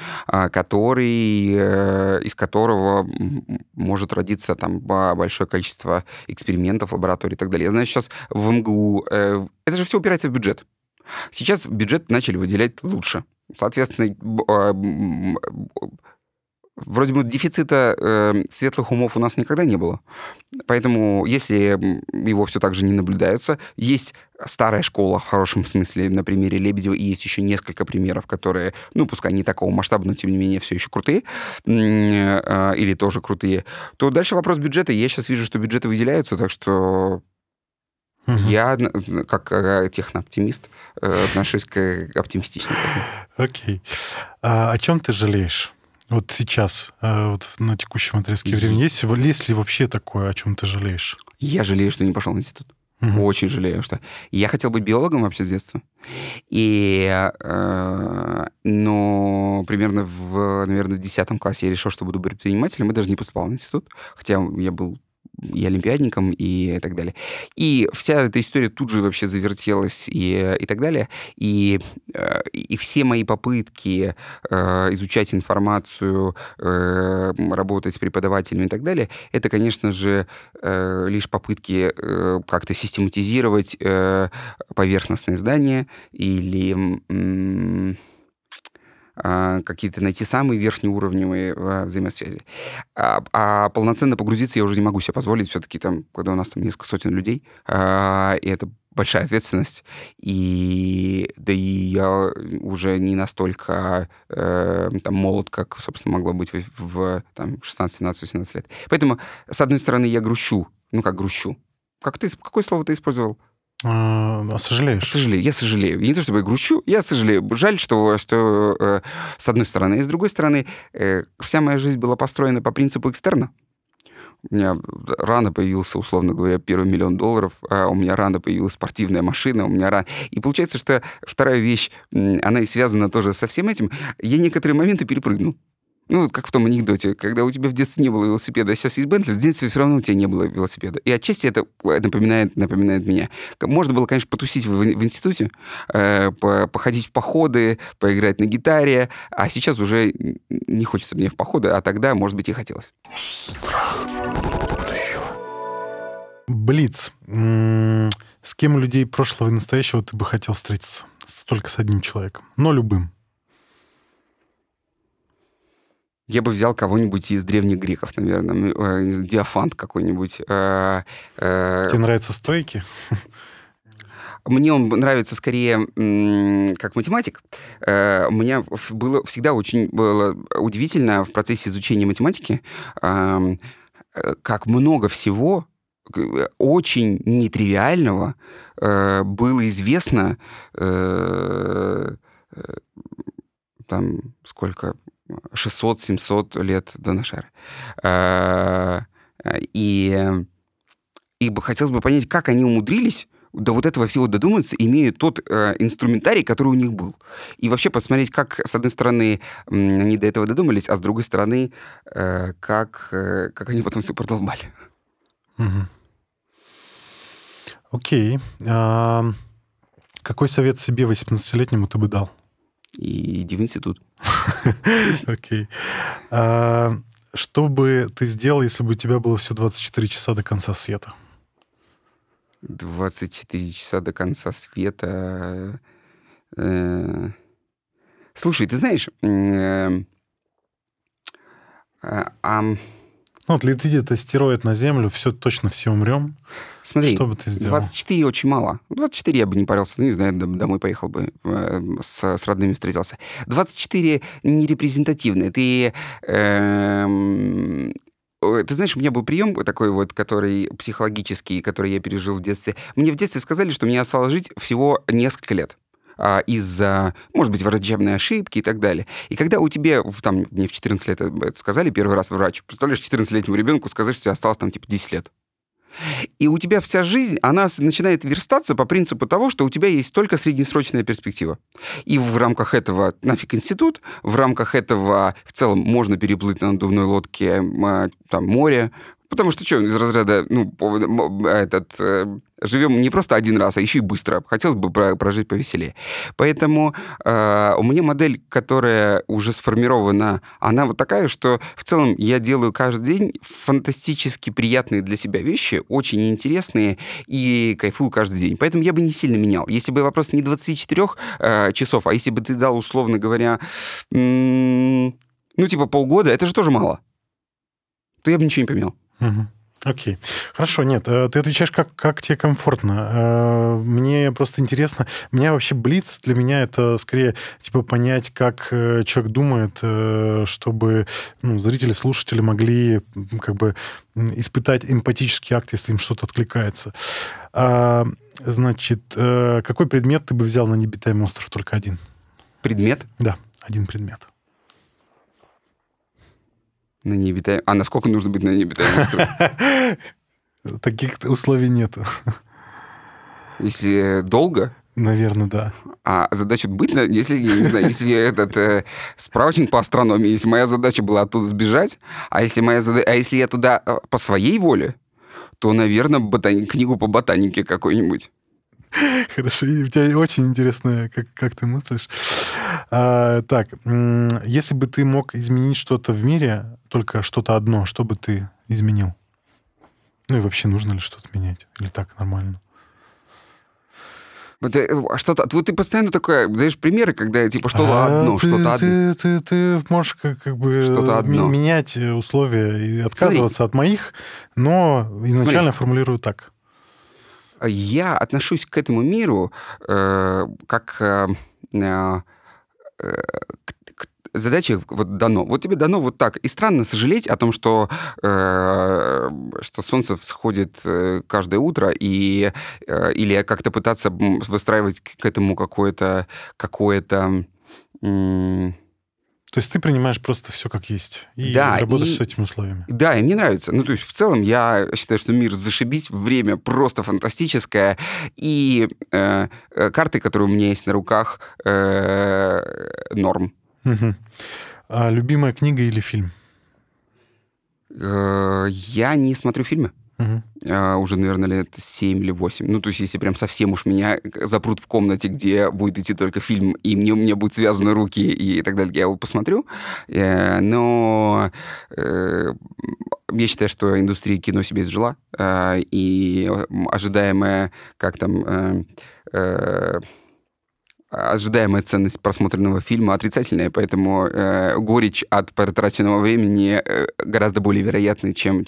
Speaker 1: из которого может родиться там большое количество экспериментов, лабораторий и так далее. Я знаю, сейчас в МГУ... это же все упирается в бюджет. Сейчас бюджет начали выделять лучше. Соответственно, вроде бы дефицита светлых умов у нас никогда не было. Поэтому, если его все так же не наблюдается, есть старая школа, в хорошем смысле, на примере Лебедева, и есть еще несколько примеров, которые, ну, пускай не такого масштаба, но, тем не менее, все еще крутые, или тоже крутые, то дальше вопрос бюджета. Я сейчас вижу, что бюджеты выделяются, так что я, как технооптимист, отношусь оптимистично.
Speaker 2: Окей. О чем ты жалеешь? Вот сейчас, вот на текущем отрезке времени, есть ли вообще такое, о чем ты жалеешь?
Speaker 1: Я жалею, что не пошел в институт. Очень жалею, что... Я хотел быть биологом вообще с детства. Но примерно наверное, в 10 классе я решил, что буду предпринимателем, и даже не поступал в институт, хотя я был и олимпиадником, и так далее. И вся эта история тут же вообще завертелась, и так далее. И все мои попытки изучать информацию, работать с преподавателями и так далее, это, конечно же, лишь попытки как-то систематизировать поверхностные знания или какие-то найти самые верхнеуровневые взаимосвязи. А полноценно погрузиться я уже не могу себе позволить, все-таки там, когда у нас там несколько сотен людей, и это большая ответственность, и я уже не настолько там молод, как, собственно, могло быть в там, 16, 17, 18 лет. Поэтому, с одной стороны, я грущу. Ну, как грущу? Какое слово ты использовал?
Speaker 2: Сожалеешь?
Speaker 1: Сожалею. Я сожалею. И не то чтобы я грущу, я сожалею. Жаль, что с одной стороны. И с другой стороны, вся моя жизнь была построена по принципу экстерна. У меня рано появился, условно говоря, первый $1 миллион, у меня рано появилась спортивная машина, И получается, что вторая вещь, она и связана тоже со всем этим. Я некоторые моменты перепрыгнул. Ну, вот как в том анекдоте, когда у тебя в детстве не было велосипеда, а сейчас есть Бентли, в детстве все равно у тебя не было велосипеда. И отчасти это напоминает меня. Можно было, конечно, потусить в институте, походить в походы, поиграть на гитаре, а сейчас уже не хочется мне в походы, а тогда, может быть, и хотелось.
Speaker 2: Блиц. С кем людей прошлого и настоящего ты бы хотел встретиться? Только с одним человеком, но любым.
Speaker 1: Я бы взял кого-нибудь из древних греков, наверное. Диофант какой-нибудь.
Speaker 2: Тебе нравятся стойки?
Speaker 1: Мне он нравится скорее как математик. Мне всегда очень было удивительно в процессе изучения математики, как много всего очень нетривиального было известно там сколько... 600-700 лет до нашей эры. И хотелось бы понять, как они умудрились до вот этого всего додуматься, имея тот инструментарий, который у них был. И вообще посмотреть, как, с одной стороны, они до этого додумались, а с другой стороны, как они потом все продолбали.
Speaker 2: Окей. Какой совет себе 18-летнему ты бы дал?
Speaker 1: И иди в институт.
Speaker 2: Окей. Что бы ты сделал, если бы у тебя было всего 24 часа до конца света?
Speaker 1: 24 часа до конца света... Слушай, ты знаешь...
Speaker 2: Вот летит астероид на Землю, точно все умрем.
Speaker 1: Смотри,
Speaker 2: что бы ты сделал?
Speaker 1: 24 очень мало. 24 я бы не парился, не знаю, домой поехал бы, с родными встретился. 24 не репрезентативные. Ты знаешь, у меня был прием такой вот, который психологический, который я пережил в детстве. Мне в детстве сказали, что мне осталось жить всего несколько лет. Из-за, может быть, врачебной ошибки и так далее. И когда у тебя, там, мне в 14 лет это сказали первый раз врач, представляешь, 14-летнему ребенку сказать, что тебе осталось там, типа, 10 лет. И у тебя вся жизнь, она начинает верстаться по принципу того, что у тебя есть только среднесрочная перспектива. И в рамках этого нафиг институт, в рамках этого в целом можно переплыть на надувной лодке там, море, потому что что, из разряда, живем не просто один раз, а еще и быстро. Хотелось бы прожить повеселее. Поэтому у меня модель, которая уже сформирована, она вот такая, что в целом я делаю каждый день фантастически приятные для себя вещи, очень интересные, и кайфую каждый день. Поэтому я бы не сильно менял. Если бы вопрос не 24 часов, а если бы ты дал, условно говоря, полгода, это же тоже мало, то я бы ничего не поменял.
Speaker 2: Окей. Хорошо, нет, ты отвечаешь, как тебе комфортно. Мне просто интересно. Меня вообще блиц, для меня это скорее понять, как человек думает, чтобы зрители, слушатели могли испытать эмпатический акт, если им что-то откликается. Значит, какой предмет ты бы взял на необитаемый остров только один?
Speaker 1: Предмет?
Speaker 2: Да, один предмет.
Speaker 1: На необитаемом... А насколько нужно быть на необитаемом острове?
Speaker 2: Таких условий нету.
Speaker 1: Если долго?
Speaker 2: Наверное, да.
Speaker 1: А задача быть... Если, я не знаю, если этот справочник по астрономии, если моя задача была оттуда сбежать, а если я туда по своей воле, то, наверное, книгу по ботанике какой-нибудь.
Speaker 2: Хорошо, у тебя очень интересно, как ты мыслишь. Так, если бы ты мог изменить что-то в мире, только что-то одно, что бы ты изменил? Ну и вообще, нужно ли что-то менять? Или так нормально?
Speaker 1: Вот ты постоянно такое даешь примеры, когда что-то одно, что-то одно.
Speaker 2: Ты можешь
Speaker 1: что-то одно.
Speaker 2: Менять условия и отказываться от моих, но изначально формулирую так.
Speaker 1: Я отношусь к этому миру как к задаче дано. Вот тебе дано вот так. И странно сожалеть о том, что солнце всходит каждое утро, или как-то пытаться выстраивать к этому какое-то
Speaker 2: То есть ты принимаешь просто все как есть и работаешь с этими условиями.
Speaker 1: Да, и мне нравится. То есть в целом я считаю, что мир зашибись, время просто фантастическое, и карты, которые у меня есть на руках, норм.
Speaker 2: Угу. А любимая книга или фильм?
Speaker 1: Я не смотрю фильмы. Уже, наверное, лет 7 или 8. То есть, если прям совсем уж меня запрут в комнате, где будет идти только фильм, и у меня будут связаны руки и так далее, я его посмотрю. Но я считаю, что индустрия кино себе изжила, и ожидаемая, ожидаемая ценность просмотренного фильма отрицательная, поэтому горечь от потраченного времени гораздо более вероятна, чем...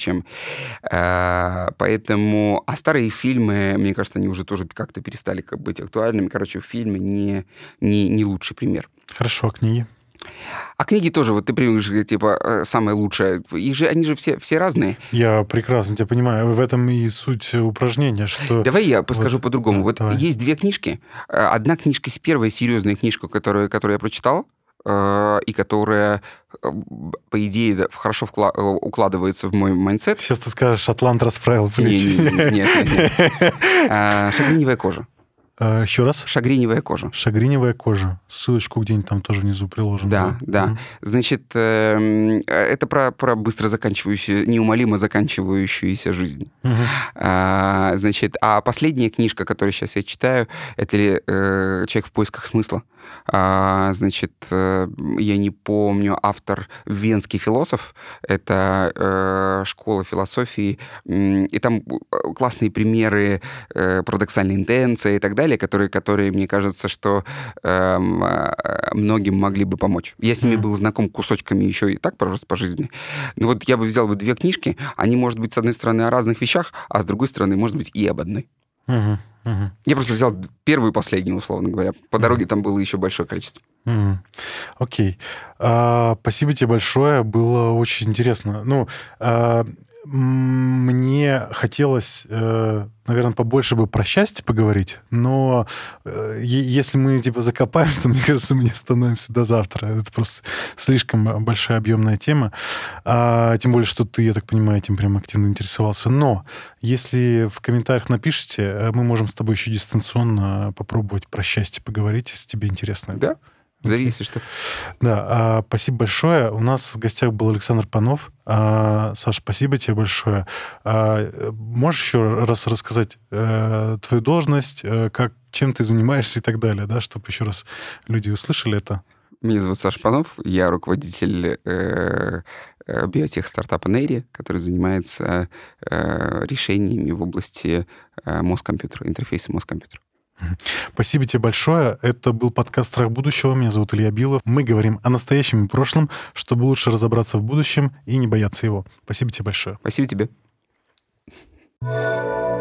Speaker 1: Поэтому... А старые фильмы, мне кажется, они уже тоже как-то перестали быть актуальными. Короче, фильмы не лучший пример.
Speaker 2: Хорошо, а книги?
Speaker 1: А книги тоже, вот ты привыкшь, самое лучшее. Они же все разные.
Speaker 2: Я прекрасно тебя понимаю. В этом и суть упражнения, что...
Speaker 1: Давай я подскажу по-другому.
Speaker 2: Давай.
Speaker 1: Есть две книжки. Одна книжка, первая серьезная книжка, которую я прочитал, и которая, по идее, хорошо укладывается в мой майндсет.
Speaker 2: Сейчас ты скажешь, «Атлант расправил плечи».
Speaker 1: Нет. «Шагреневая кожа».
Speaker 2: Еще раз?
Speaker 1: «Шагреневая кожа».
Speaker 2: «Шагреневая кожа». Ссылочку где-нибудь там тоже внизу приложим.
Speaker 1: Да. Значит, это про быстро неумолимо заканчивающуюся жизнь. Значит, а последняя книжка, которую сейчас я читаю, это «Человек в поисках смысла». Значит, я не помню, автор венский философ, это школа философии, и там классные примеры парадоксальной интенции и так далее, которые мне кажется, что многим могли бы помочь. Я с ними был знаком кусочками еще и так по жизни. Но вот я бы взял две книжки, они, может быть, с одной стороны о разных вещах, а с другой стороны, может быть, и об одной. Я просто взял первую и последнюю, условно говоря. По дороге там было еще большое количество.
Speaker 2: Окей. Спасибо тебе большое. Было очень интересно. Мне хотелось, наверное, побольше бы про счастье поговорить, но если мы типа закопаемся, мне кажется, мы не остановимся до завтра. Это просто слишком большая объемная тема. Тем более, что ты, я так понимаю, этим прям активно интересовался. Но если в комментариях напишите, мы можем с тобой еще дистанционно попробовать про счастье поговорить, если тебе интересно.
Speaker 1: Да, зови, если что.
Speaker 2: Да, спасибо большое. У нас в гостях был Александр Панов. Саш, спасибо тебе большое. Можешь еще раз рассказать твою должность, чем ты занимаешься и так далее, да, чтобы еще раз люди услышали это?
Speaker 1: Меня зовут Саша Панов, я руководитель биотех-стартапа Neri, который занимается решениями в области мозг-компьютера, интерфейса мозг-компьютера.
Speaker 2: Спасибо тебе большое. Это был подкаст «Страх будущего». Меня зовут Илья Билов. Мы говорим о настоящем и прошлом, чтобы лучше разобраться в будущем и не бояться его. Спасибо тебе большое.
Speaker 1: Спасибо тебе.